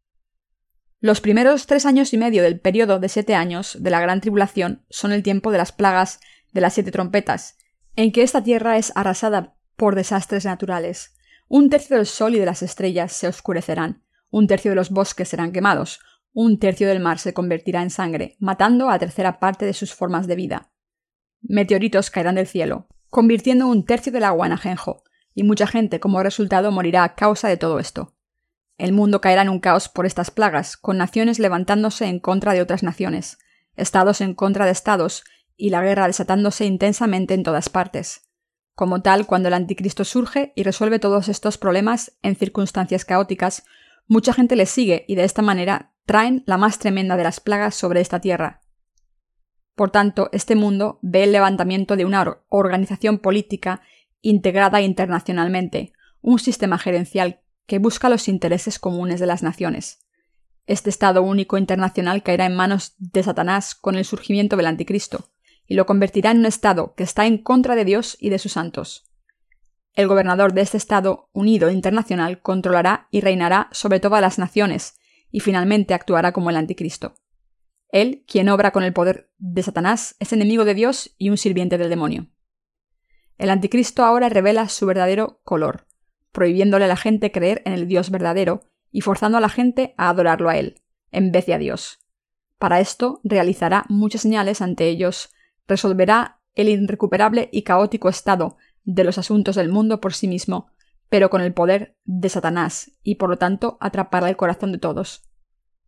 Los primeros 3 años y medio del periodo de 7 años de la gran tribulación son el tiempo de las plagas de las 7 trompetas, en que esta tierra es arrasada por desastres naturales. 1/3 del sol y de las estrellas se oscurecerán, 1/3 de los bosques serán quemados, 1/3 del mar se convertirá en sangre, matando a 1/3 parte de sus formas de vida. Meteoritos caerán del cielo, convirtiendo 1/3 del agua en ajenjo, y mucha gente como resultado morirá a causa de todo esto. El mundo caerá en un caos por estas plagas, con naciones levantándose en contra de otras naciones, estados en contra de estados, y la guerra desatándose intensamente en todas partes. Como tal, cuando el anticristo surge y resuelve todos estos problemas en circunstancias caóticas, mucha gente le sigue y de esta manera traen la más tremenda de las plagas sobre esta tierra. Por tanto, este mundo ve el levantamiento de una organización política integrada internacionalmente, un sistema gerencial que busca los intereses comunes de las naciones. Este Estado único internacional caerá en manos de Satanás con el surgimiento del anticristo, y lo convertirá en un Estado que está en contra de Dios y de sus santos. El gobernador de este Estado unido internacional controlará y reinará sobre todas las naciones, y finalmente actuará como el anticristo. Él, quien obra con el poder de Satanás, es enemigo de Dios y un sirviente del demonio. El anticristo ahora revela su verdadero color, prohibiéndole a la gente creer en el Dios verdadero y forzando a la gente a adorarlo a él, en vez de a Dios. Para esto realizará muchas señales ante ellos, resolverá el irrecuperable y caótico estado de los asuntos del mundo por sí mismo, pero con el poder de Satanás, y por lo tanto atrapará el corazón de todos.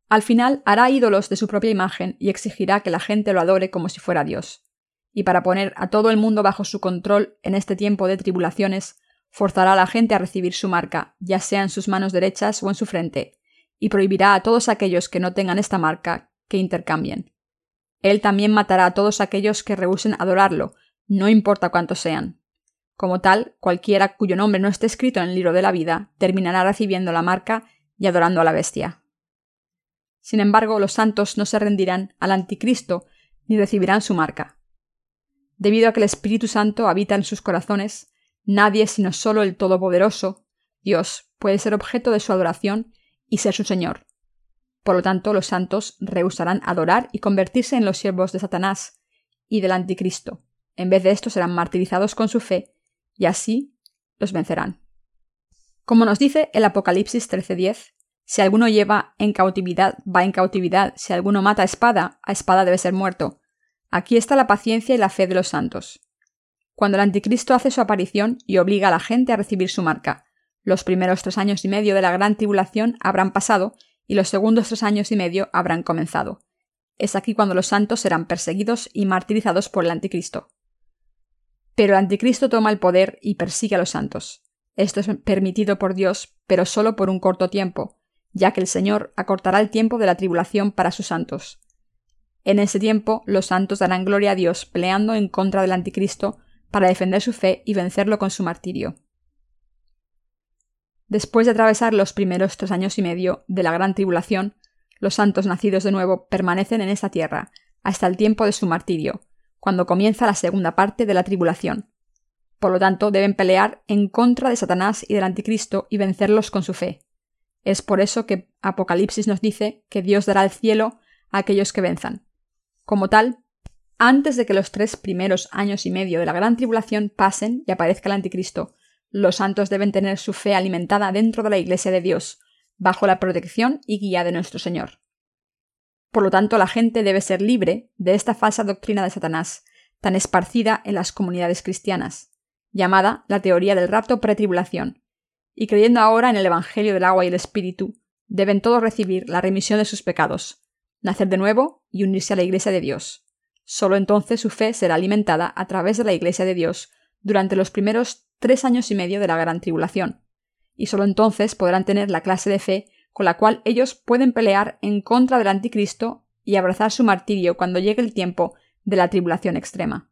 Al final hará ídolos de su propia imagen y exigirá que la gente lo adore como si fuera Dios. Y para poner a todo el mundo bajo su control en este tiempo de tribulaciones, forzará a la gente a recibir su marca, ya sea en sus manos derechas o en su frente, y prohibirá a todos aquellos que no tengan esta marca que intercambien. Él también matará a todos aquellos que rehúsen adorarlo, no importa cuántos sean. Como tal, cualquiera cuyo nombre no esté escrito en el libro de la vida terminará recibiendo la marca y adorando a la bestia. Sin embargo, los santos no se rendirán al anticristo ni recibirán su marca. Debido a que el Espíritu Santo habita en sus corazones, nadie sino solo el Todopoderoso, Dios, puede ser objeto de su adoración y ser su Señor. Por lo tanto, los santos rehusarán adorar y convertirse en los siervos de Satanás y del anticristo. En vez de esto serán martirizados con su fe y así los vencerán. Como nos dice el Apocalipsis 13:10, si alguno lleva en cautividad, va en cautividad, si alguno mata a espada debe ser muerto. Aquí está la paciencia y la fe de los santos. Cuando el anticristo hace su aparición y obliga a la gente a recibir su marca, los primeros 3 años y medio de la gran tribulación habrán pasado y los segundos 3 años y medio habrán comenzado. Es aquí cuando los santos serán perseguidos y martirizados por el anticristo. Pero el anticristo toma el poder y persigue a los santos. Esto es permitido por Dios, pero solo por un corto tiempo, ya que el Señor acortará el tiempo de la tribulación para sus santos. En ese tiempo, los santos darán gloria a Dios peleando en contra del anticristo para defender su fe y vencerlo con su martirio. Después de atravesar los primeros 3 años y medio de la gran tribulación, los santos nacidos de nuevo permanecen en esta tierra hasta el tiempo de su martirio, cuando comienza la segunda parte de la tribulación. Por lo tanto, deben pelear en contra de Satanás y del anticristo y vencerlos con su fe. Es por eso que Apocalipsis nos dice que Dios dará el cielo a aquellos que venzan. Como tal, antes de que los 3 primeros años y medio de la gran tribulación pasen y aparezca el anticristo, los santos deben tener su fe alimentada dentro de la Iglesia de Dios, bajo la protección y guía de nuestro Señor. Por lo tanto, la gente debe ser libre de esta falsa doctrina de Satanás, tan esparcida en las comunidades cristianas, llamada la teoría del rapto pretribulación, y creyendo ahora en el Evangelio del agua y el Espíritu, deben todos recibir la remisión de sus pecados, nacer de nuevo y unirse a la Iglesia de Dios. Solo entonces su fe será alimentada a través de la Iglesia de Dios durante los primeros 3 años y medio de la gran tribulación, y solo entonces podrán tener la clase de fe con la cual ellos pueden pelear en contra del anticristo y abrazar su martirio cuando llegue el tiempo de la tribulación extrema.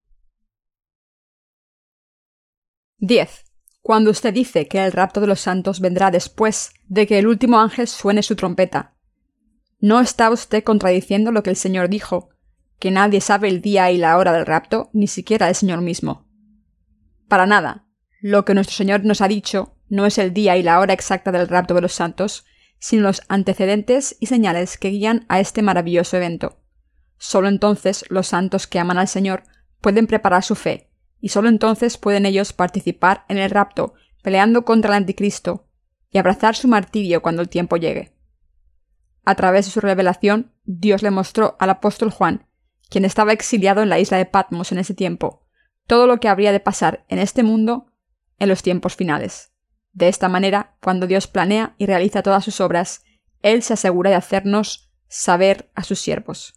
10. Cuando usted dice que el rapto de los santos vendrá después de que el último ángel suene su trompeta, ¿no está usted contradiciendo lo que el Señor dijo, que nadie sabe el día y la hora del rapto, ni siquiera el Señor mismo? Para nada. Lo que nuestro Señor nos ha dicho no es el día y la hora exacta del rapto de los santos, sino los antecedentes y señales que guían a este maravilloso evento. Solo entonces los santos que aman al Señor pueden preparar su fe, y solo entonces pueden ellos participar en el rapto, peleando contra el anticristo, y abrazar su martirio cuando el tiempo llegue. A través de su revelación, Dios le mostró al apóstol Juan, quien estaba exiliado en la isla de Patmos en ese tiempo, todo lo que habría de pasar en este mundo en los tiempos finales. De esta manera, cuando Dios planea y realiza todas sus obras, Él se asegura de hacernos saber a sus siervos.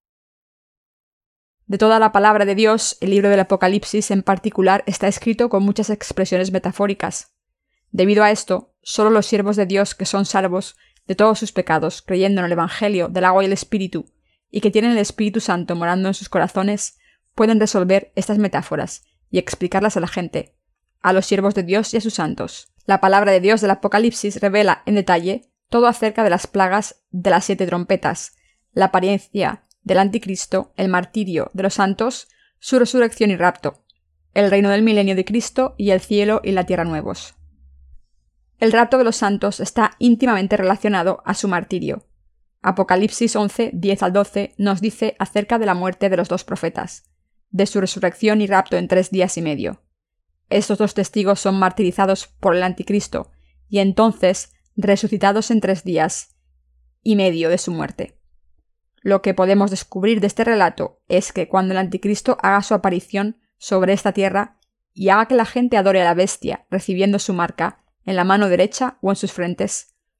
De toda la palabra de Dios, el libro del Apocalipsis en particular está escrito con muchas expresiones metafóricas. Debido a esto, solo los siervos de Dios que son salvos de todos sus pecados, creyendo en el Evangelio del agua y el Espíritu, y que tienen el Espíritu Santo morando en sus corazones, pueden resolver estas metáforas y explicarlas a la gente, a los siervos de Dios y a sus santos. La palabra de Dios del Apocalipsis revela en detalle todo acerca de las plagas de las 7 trompetas, la apariencia del anticristo, el martirio de los santos, su resurrección y rapto, el reino del milenio de Cristo y el cielo y la tierra nuevos. El rapto de los santos está íntimamente relacionado a su martirio. Apocalipsis 11, 10 al 12 nos dice acerca de la muerte de los 2 profetas, de su resurrección y rapto en 3 días y medio. Estos 2 testigos son martirizados por el anticristo y entonces resucitados en 3 días y medio de su muerte. Lo que podemos descubrir de este relato es que cuando el anticristo haga su aparición sobre esta tierra y haga que la gente adore a la bestia recibiendo su marca en la mano derecha o en sus frentes,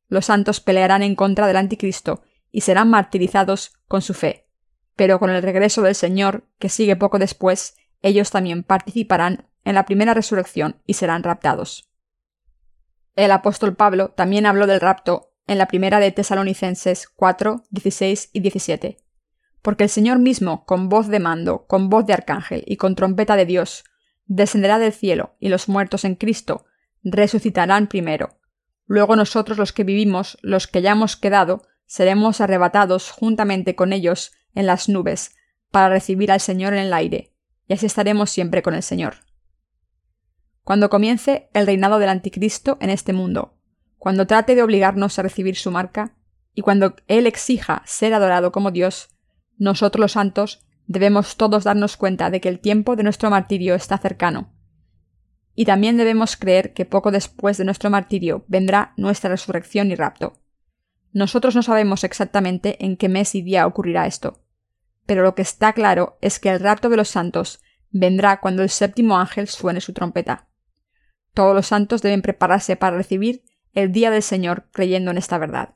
Los santos pelearán en contra del anticristo y serán martirizados con su fe. Pero con el regreso del Señor, que sigue poco después, ellos también participarán en la primera resurrección y serán raptados. El apóstol Pablo también habló del rapto en la primera de Tesalonicenses 4, 16 y 17. Porque el Señor mismo, con voz de mando, con voz de arcángel y con trompeta de Dios, descenderá del cielo, y los muertos en Cristo resucitarán primero. Luego nosotros los que vivimos, los que hayamos quedado, seremos arrebatados juntamente con ellos en las nubes, para recibir al Señor en el aire, y así estaremos siempre con el Señor. Cuando comience el reinado del anticristo en este mundo, cuando trate de obligarnos a recibir su marca, y cuando él exija ser adorado como Dios, nosotros los santos debemos todos darnos cuenta de que el tiempo de nuestro martirio está cercano. Y también debemos creer que poco después de nuestro martirio vendrá nuestra resurrección y rapto. Nosotros no sabemos exactamente en qué mes y día ocurrirá esto, pero lo que está claro es que el rapto de los santos vendrá cuando el séptimo ángel suene su trompeta. Todos los santos deben prepararse para recibir el día del Señor creyendo en esta verdad.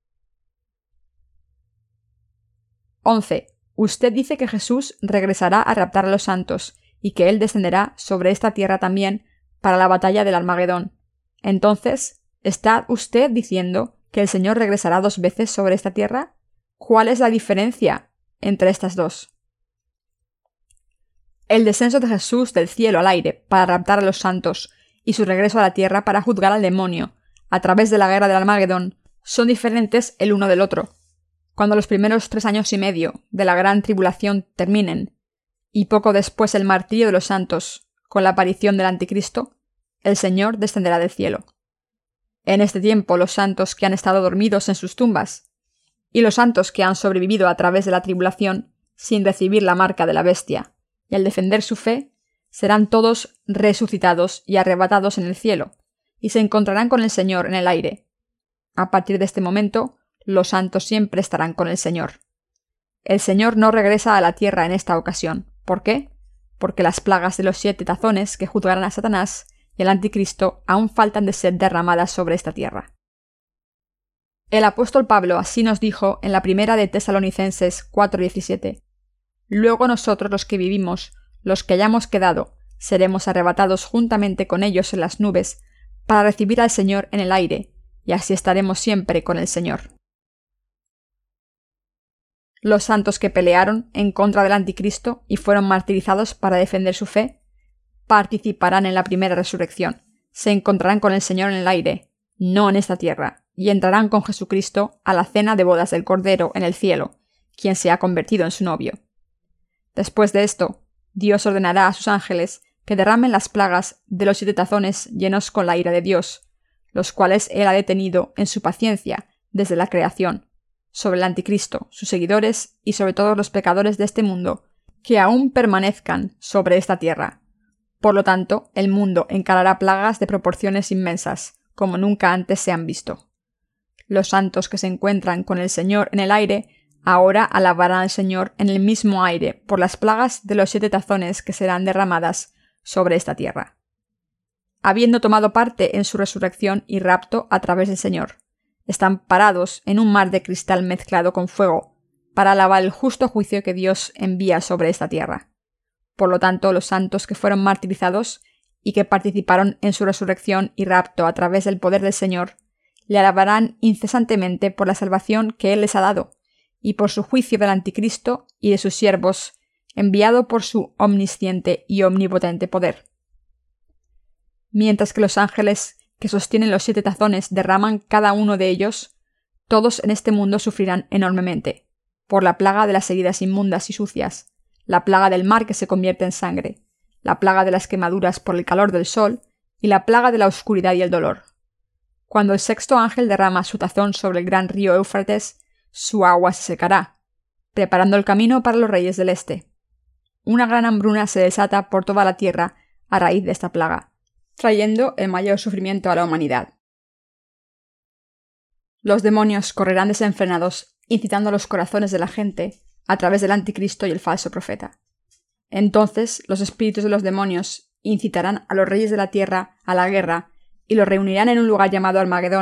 11. Usted dice que Jesús regresará a raptar a los santos y que Él descenderá sobre esta tierra también para la batalla del Armagedón. Entonces, ¿está usted diciendo que el Señor regresará 2 veces sobre esta tierra? ¿Cuál es la diferencia entre estas dos? El descenso de Jesús del cielo al aire para raptar a los santos y su regreso a la tierra para juzgar al demonio a través de la guerra del Armagedón son diferentes el uno del otro. Cuando los primeros 3 años y medio de la gran tribulación terminen, y poco después el martirio de los santos, con la aparición del anticristo, el Señor descenderá del cielo. En este tiempo los santos que han estado dormidos en sus tumbas, y los santos que han sobrevivido a través de la tribulación sin recibir la marca de la bestia, y al defender su fe, serán todos resucitados y arrebatados en el cielo, y se encontrarán con el Señor en el aire. A partir de este momento, los santos siempre estarán con el Señor. El Señor no regresa a la tierra en esta ocasión. ¿Por qué? Porque las plagas de los 7 tazones que juzgarán a Satanás y al anticristo aún faltan de ser derramadas sobre esta tierra. El apóstol Pablo así nos dijo en la primera de Tesalonicenses 4:17. Luego nosotros los que vivimos, los que hayamos quedado, seremos arrebatados juntamente con ellos en las nubes para recibir al Señor en el aire, y así estaremos siempre con el Señor. Los santos que pelearon en contra del anticristo y fueron martirizados para defender su fe, participarán en la primera resurrección, se encontrarán con el Señor en el aire, no en esta tierra, y entrarán con Jesucristo a la cena de bodas del Cordero en el cielo, quien se ha convertido en su novio. Después de esto, Dios ordenará a sus ángeles que derramen las plagas de los 7 tazones llenos con la ira de Dios, los cuales él ha detenido en su paciencia desde la creación, sobre el anticristo, sus seguidores y sobre todos los pecadores de este mundo, que aún permanezcan sobre esta tierra. Por lo tanto, el mundo encarará plagas de proporciones inmensas, como nunca antes se han visto. Los santos que se encuentran con el Señor en el aire, ahora alabarán al Señor en el mismo aire por las plagas de los 7 tazones que serán derramadas sobre esta tierra, habiendo tomado parte en su resurrección y rapto a través del Señor. Están parados en un mar de cristal mezclado con fuego, para alabar el justo juicio que Dios envía sobre esta tierra. Por lo tanto, los santos que fueron martirizados y que participaron en su resurrección y rapto a través del poder del Señor, le alabarán incesantemente por la salvación que Él les ha dado, y por su juicio del anticristo y de sus siervos, enviado por su omnisciente y omnipotente poder. Mientras que los ángeles que sostienen los 7 tazones derraman cada uno de ellos, todos en este mundo sufrirán enormemente, por la plaga de las heridas inmundas y sucias, la plaga del mar que se convierte en sangre, la plaga de las quemaduras por el calor del sol y la plaga de la oscuridad y el dolor. Cuando el 6º ángel derrama su tazón sobre el gran río Éufrates, su agua se secará, preparando el camino para los reyes del este. Una gran hambruna se desata por toda la tierra a raíz de esta plaga, trayendo el mayor sufrimiento a la humanidad. Los demonios correrán desenfrenados, incitando los corazones de la gente a través del anticristo y el falso profeta. Entonces los espíritus de los demonios incitarán a los reyes de la tierra a la guerra y los reunirán en un lugar llamado Armagedón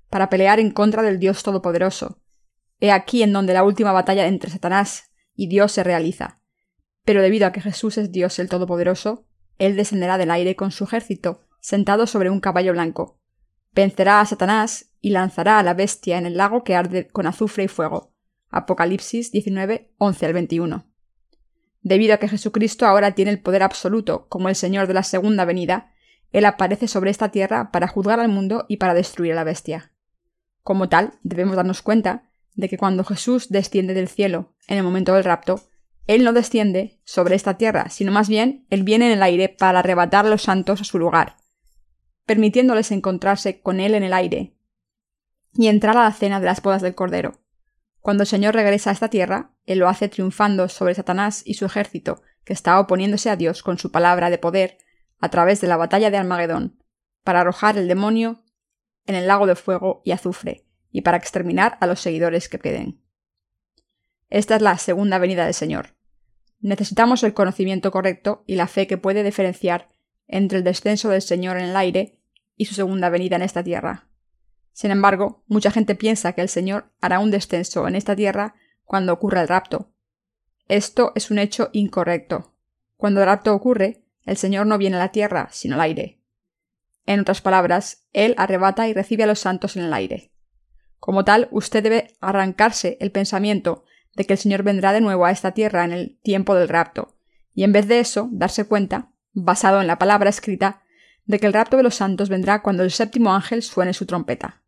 para pelear en contra del Dios Todopoderoso. He aquí en donde la última batalla entre Satanás y Dios se realiza. Pero debido a que Jesús es Dios el Todopoderoso, Él descenderá del aire con su ejército, sentado sobre un caballo blanco. Vencerá a Satanás y lanzará a la bestia en el lago que arde con azufre y fuego. Apocalipsis 19, 11 al 21. Debido a que Jesucristo ahora tiene el poder absoluto como el Señor de la segunda venida, Él aparece sobre esta tierra para juzgar al mundo y para destruir a la bestia. Como tal, debemos darnos cuenta de que cuando Jesús desciende del cielo en el momento del rapto, Él no desciende sobre esta tierra, sino más bien Él viene en el aire para arrebatar a los santos a su lugar, permitiéndoles encontrarse con Él en el aire y entrar a la cena de las bodas del Cordero. Cuando el Señor regresa a esta tierra, Él lo hace triunfando sobre Satanás y su ejército, que está oponiéndose a Dios con su palabra de poder a través de la batalla de Armagedón, para arrojar el demonio en el lago de fuego y azufre, y para exterminar a los seguidores que queden. Esta es la segunda venida del Señor. Necesitamos el conocimiento correcto y la fe que puede diferenciar entre el descenso del Señor en el aire y su segunda venida en esta tierra. Sin embargo, mucha gente piensa que el Señor hará un descenso en esta tierra cuando ocurra el rapto. Esto es un hecho incorrecto. Cuando el rapto ocurre, el Señor no viene a la tierra, sino al aire. En otras palabras, Él arrebata y recibe a los santos en el aire. Como tal, usted debe arrancarse el pensamiento de que el Señor vendrá de nuevo a esta tierra en el tiempo del rapto, y en vez de eso, darse cuenta, basado en la palabra escrita, de que el rapto de los santos vendrá cuando el séptimo ángel suene su trompeta.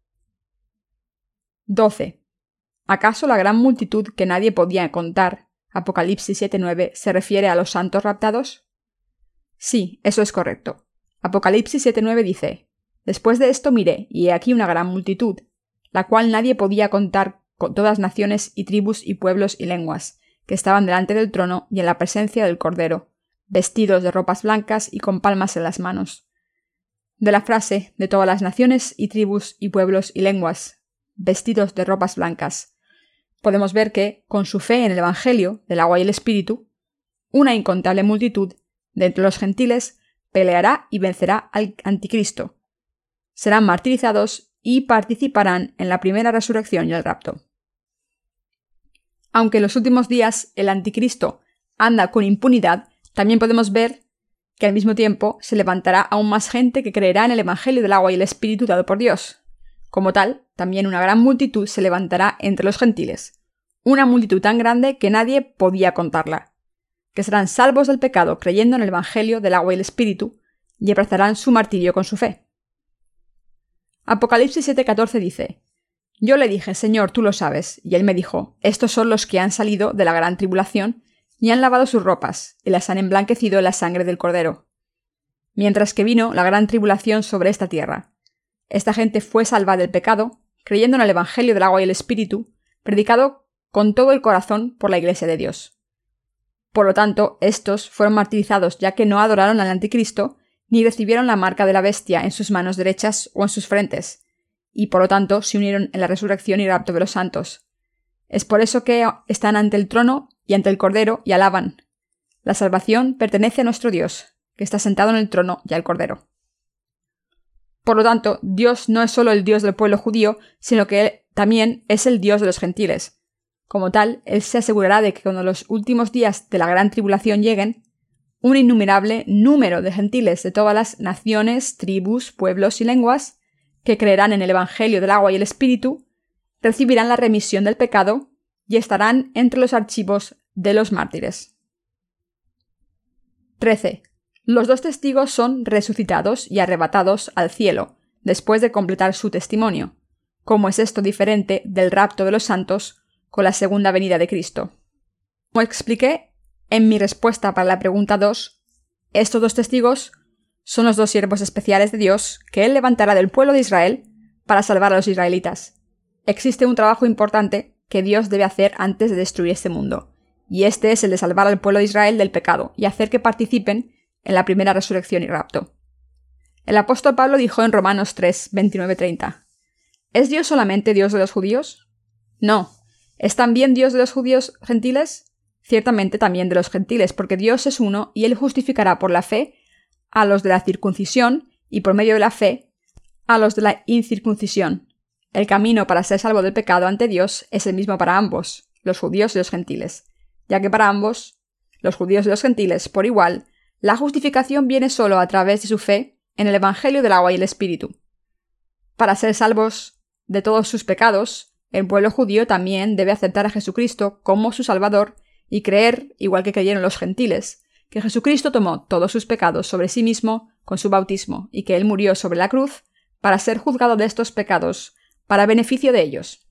12. ¿Acaso la gran multitud que nadie podía contar, Apocalipsis 7:9, se refiere a los santos raptados? Sí, eso es correcto. Apocalipsis 7:9 dice: Después de esto miré, y he aquí una gran multitud, la cual nadie podía contar, con todas naciones y tribus y pueblos y lenguas, que estaban delante del trono y en la presencia del Cordero, vestidos de ropas blancas y con palmas en las manos. De la frase de todas las naciones y tribus y pueblos y lenguas, vestidos de ropas blancas, podemos ver que, con su fe en el Evangelio del agua y el Espíritu, una incontable multitud de entre los gentiles peleará y vencerá al anticristo. Serán martirizados y participarán en la primera resurrección y el rapto. Aunque en los últimos días el anticristo anda con impunidad, también podemos ver que al mismo tiempo se levantará aún más gente que creerá en el Evangelio del agua y el Espíritu dado por Dios. Como tal, también una gran multitud se levantará entre los gentiles, una multitud tan grande que nadie podía contarla, que serán salvos del pecado creyendo en el Evangelio del agua y el Espíritu, y abrazarán su martirio con su fe. Apocalipsis 7:14 dice: Yo le dije, Señor, tú lo sabes, y él me dijo, estos son los que han salido de la gran tribulación, y han lavado sus ropas, y las han emblanquecido en la sangre del Cordero. Mientras que vino la gran tribulación sobre esta tierra. Esta gente fue salvada del pecado, creyendo en el Evangelio del agua y el Espíritu, predicado con todo el corazón por la Iglesia de Dios. Por lo tanto, estos fueron martirizados ya que no adoraron al anticristo, ni recibieron la marca de la bestia en sus manos derechas o en sus frentes, y por lo tanto se unieron en la resurrección y rapto de los santos. Es por eso que están ante el trono y ante el Cordero y alaban. La salvación pertenece a nuestro Dios, que está sentado en el trono y al Cordero. Por lo tanto, Dios no es solo el Dios del pueblo judío, sino que Él también es el Dios de los gentiles. Como tal, Él se asegurará de que cuando los últimos días de la gran tribulación lleguen, un innumerable número de gentiles de todas las naciones, tribus, pueblos y lenguas, que creerán en el Evangelio del agua y el Espíritu, recibirán la remisión del pecado y estarán entre los archivos de los mártires. 13. Los dos testigos son resucitados y arrebatados al cielo, después de completar su testimonio. ¿Cómo es esto diferente del rapto de los santos con la segunda venida de Cristo? Como expliqué en mi respuesta para la pregunta 2, estos dos testigos son los dos siervos especiales de Dios que Él levantará del pueblo de Israel para salvar a los israelitas. Existe un trabajo importante que Dios debe hacer antes de destruir este mundo, y este es el de salvar al pueblo de Israel del pecado y hacer que participen en la primera resurrección y rapto. El apóstol Pablo dijo en Romanos 3, 29-30, ¿Es Dios solamente Dios de los judíos? No. ¿Es también Dios de los judíos gentiles? Ciertamente también de los gentiles, porque Dios es uno y Él justificará por la fe a los de la circuncisión y por medio de la fe a los de la incircuncisión. El camino para ser salvo del pecado ante Dios es el mismo para ambos, los judíos y los gentiles, ya que para ambos, los judíos y los gentiles, por igual, la justificación viene solo a través de su fe en el Evangelio del agua y el Espíritu. Para ser salvos de todos sus pecados, el pueblo judío también debe aceptar a Jesucristo como su Salvador y creer, igual que creyeron los gentiles, que Jesucristo tomó todos sus pecados sobre sí mismo con su bautismo y que Él murió sobre la cruz para ser juzgado de estos pecados, para beneficio de ellos.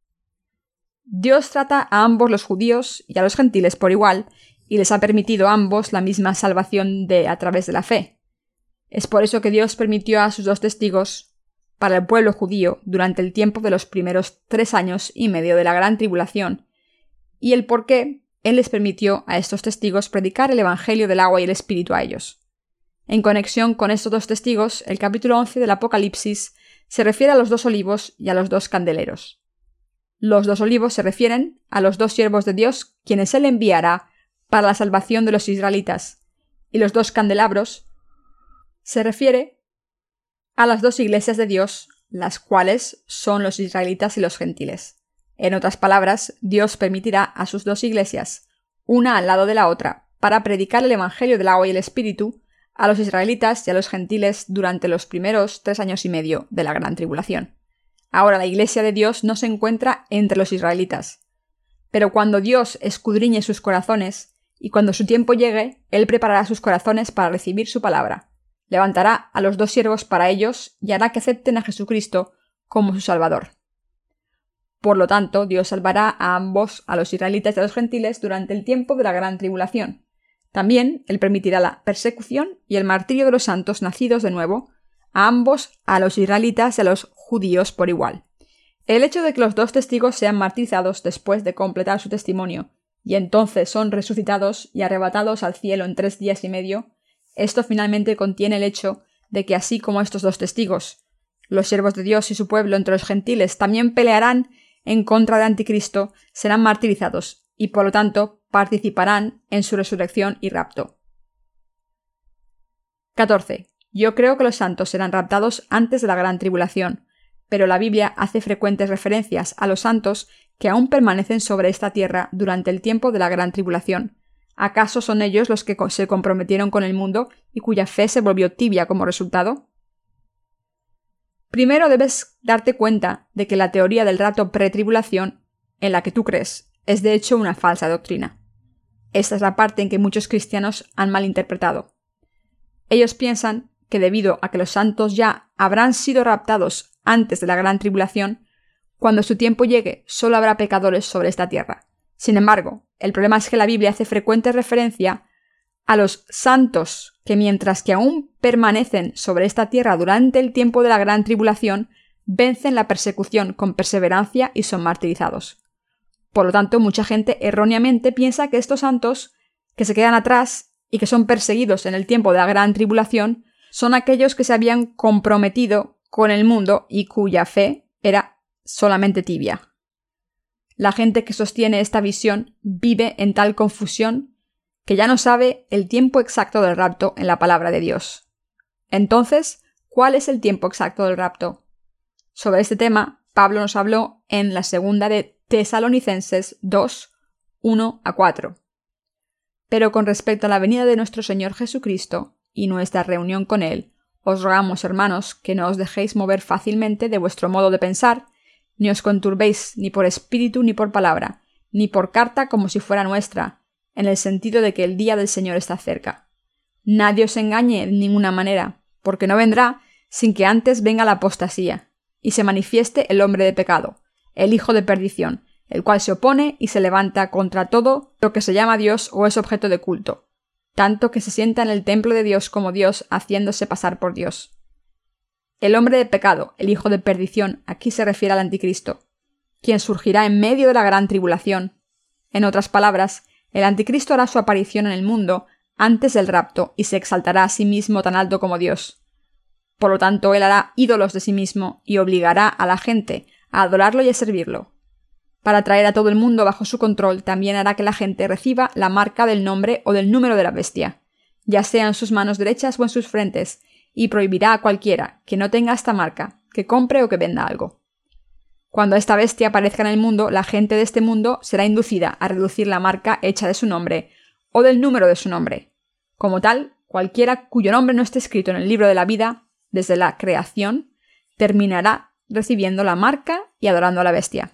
Dios trata a ambos los judíos y a los gentiles por igual y les ha permitido a ambos la misma salvación a través de la fe. Es por eso que Dios permitió a sus dos testigos para el pueblo judío durante el tiempo de los primeros 3 años y medio de la gran tribulación, y el por qué Él les permitió a estos testigos predicar el Evangelio del agua y el Espíritu a ellos. En conexión con estos dos testigos, el capítulo 11 del Apocalipsis se refiere a los 2 olivos y a los 2 candeleros. Los 2 olivos se refieren a los 2 siervos de Dios, quienes Él enviará para la salvación de los israelitas, y los 2 candelabros se refiere a las 2 iglesias de Dios, las cuales son los israelitas y los gentiles. En otras palabras, Dios permitirá a sus 2 iglesias, una al lado de la otra, para predicar el Evangelio del agua y el Espíritu a los israelitas y a los gentiles durante los primeros 3 años y medio de la gran tribulación. Ahora la iglesia de Dios no se encuentra entre los israelitas, pero cuando Dios escudriñe sus corazones y cuando su tiempo llegue, Él preparará sus corazones para recibir su palabra. Levantará a los 2 siervos para ellos y hará que acepten a Jesucristo como su Salvador. Por lo tanto, Dios salvará a ambos, a los israelitas y a los gentiles, durante el tiempo de la gran tribulación. También Él permitirá la persecución y el martirio de los santos nacidos de nuevo, a ambos, a los israelitas y a los judíos por igual. El hecho de que los 2 testigos sean martirizados después de completar su testimonio, y entonces son resucitados y arrebatados al cielo en 3 días y medio, esto finalmente contiene el hecho de que así como estos 2 testigos, los siervos de Dios y su pueblo entre los gentiles también pelearán en contra de Anticristo, serán martirizados y por lo tanto participarán en su resurrección y rapto. 14. Yo creo que los santos serán raptados antes de la gran tribulación, pero la Biblia hace frecuentes referencias a los santos que aún permanecen sobre esta tierra durante el tiempo de la gran tribulación. ¿Acaso son ellos los que se comprometieron con el mundo y cuya fe se volvió tibia como resultado? Primero debes darte cuenta de que la teoría del rapto pretribulación, en la que tú crees, es de hecho una falsa doctrina. Esta es la parte en que muchos cristianos han malinterpretado. Ellos piensan que debido a que los santos ya habrán sido raptados antes de la gran tribulación, cuando su tiempo llegue solo habrá pecadores sobre esta tierra. Sin embargo, el problema es que la Biblia hace frecuente referencia a los santos que mientras que aún permanecen sobre esta tierra durante el tiempo de la gran tribulación, vencen la persecución con perseverancia y son martirizados. Por lo tanto, mucha gente erróneamente piensa que estos santos que se quedan atrás y que son perseguidos en el tiempo de la gran tribulación son aquellos que se habían comprometido con el mundo y cuya fe era solamente tibia. La gente que sostiene esta visión vive en tal confusión que ya no sabe el tiempo exacto del rapto en la palabra de Dios. Entonces, ¿cuál es el tiempo exacto del rapto? Sobre este tema, Pablo nos habló en la segunda de Tesalonicenses 2, 1-4. Pero con respecto a la venida de nuestro Señor Jesucristo y nuestra reunión con Él, os rogamos, hermanos, que no os dejéis mover fácilmente de vuestro modo de pensar, ni os conturbéis ni por espíritu ni por palabra, ni por carta como si fuera nuestra, en el sentido de que el día del Señor está cerca. Nadie os engañe de ninguna manera, porque no vendrá sin que antes venga la apostasía, y se manifieste el hombre de pecado, el hijo de perdición, el cual se opone y se levanta contra todo lo que se llama Dios o es objeto de culto, tanto que se sienta en el templo de Dios como Dios, haciéndose pasar por Dios. El hombre de pecado, el hijo de perdición, aquí se refiere al anticristo, quien surgirá en medio de la gran tribulación. En otras palabras, el anticristo hará su aparición en el mundo antes del rapto y se exaltará a sí mismo tan alto como Dios. Por lo tanto, él hará ídolos de sí mismo y obligará a la gente a adorarlo y a servirlo. Para traer a todo el mundo bajo su control, también hará que la gente reciba la marca del nombre o del número de la bestia, ya sea en sus manos derechas o en sus frentes, y prohibirá a cualquiera que no tenga esta marca que compre o que venda algo. Cuando esta bestia aparezca en el mundo, la gente de este mundo será inducida a reducir la marca hecha de su nombre o del número de su nombre. Como tal, cualquiera cuyo nombre no esté escrito en el libro de la vida, desde la creación, terminará recibiendo la marca y adorando a la bestia.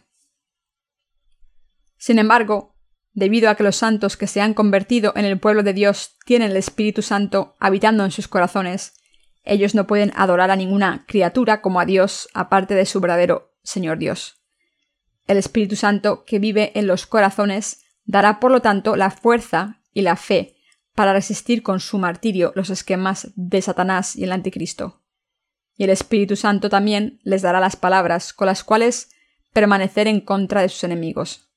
Sin embargo, debido a que los santos que se han convertido en el pueblo de Dios tienen el Espíritu Santo habitando en sus corazones, ellos no pueden adorar a ninguna criatura como a Dios aparte de su verdadero Señor Dios. El Espíritu Santo que vive en los corazones dará por lo tanto la fuerza y la fe para resistir con su martirio los esquemas de Satanás y el Anticristo. Y el Espíritu Santo también les dará las palabras con las cuales permanecer en contra de sus enemigos.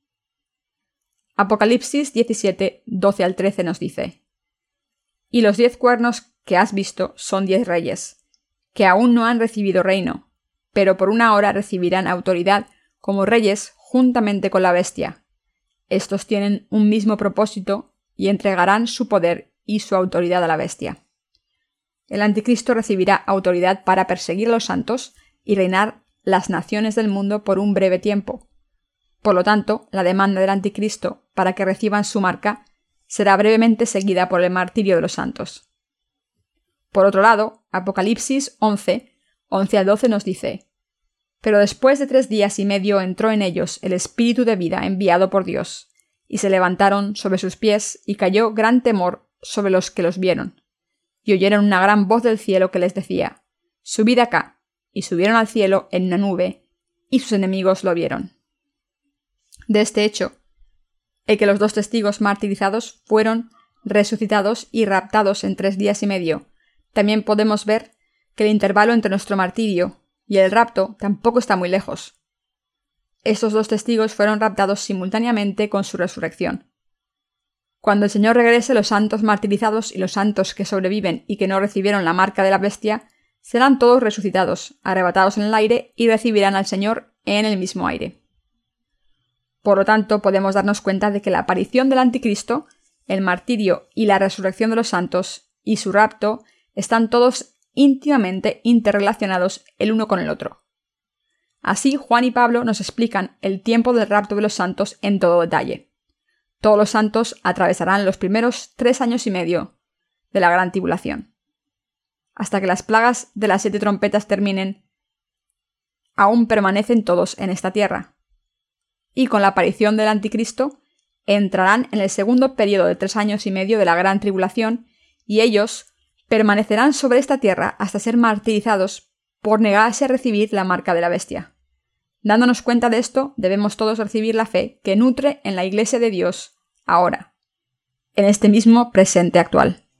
Apocalipsis 17, 12 al 13 nos dice: Y los 10 cuernos que has visto son 10 reyes, que aún no han recibido reino, pero por una hora recibirán autoridad como reyes juntamente con la bestia. Estos tienen un mismo propósito y entregarán su poder y su autoridad a la bestia. El Anticristo recibirá autoridad para perseguir a los santos y reinar las naciones del mundo por un breve tiempo. Por lo tanto, la demanda del Anticristo para que reciban su marca será brevemente seguida por el martirio de los santos. Por otro lado, Apocalipsis 11, 11 al 12 nos dice: Pero después de 3 días y medio entró en ellos el Espíritu de vida enviado por Dios, y se levantaron sobre sus pies, y cayó gran temor sobre los que los vieron. Y oyeron una gran voz del cielo que les decía: Subid acá. Y subieron al cielo en una nube, y sus enemigos lo vieron. De este hecho, el que los 2 testigos martirizados fueron resucitados y raptados en 3 días y medio, también podemos ver que el intervalo entre nuestro martirio y el rapto tampoco está muy lejos. Estos 2 testigos fueron raptados simultáneamente con su resurrección. Cuando el Señor regrese, los santos martirizados y los santos que sobreviven y que no recibieron la marca de la bestia serán todos resucitados, arrebatados en el aire y recibirán al Señor en el mismo aire. Por lo tanto, podemos darnos cuenta de que la aparición del Anticristo, el martirio y la resurrección de los santos y su rapto están todos íntimamente interrelacionados el uno con el otro. Así, Juan y Pablo nos explican el tiempo del rapto de los santos en todo detalle. Todos los santos atravesarán los primeros 3 años y medio de la gran tribulación. Hasta que las plagas de las 7 trompetas terminen, aún permanecen todos en esta tierra. Y con la aparición del Anticristo, entrarán en el segundo periodo de 3 años y medio de la gran tribulación, y ellos permanecerán sobre esta tierra hasta ser martirizados por negarse a recibir la marca de la bestia. Dándonos cuenta de esto, debemos todos recibir la fe que nutre en la Iglesia de Dios ahora, en este mismo presente actual.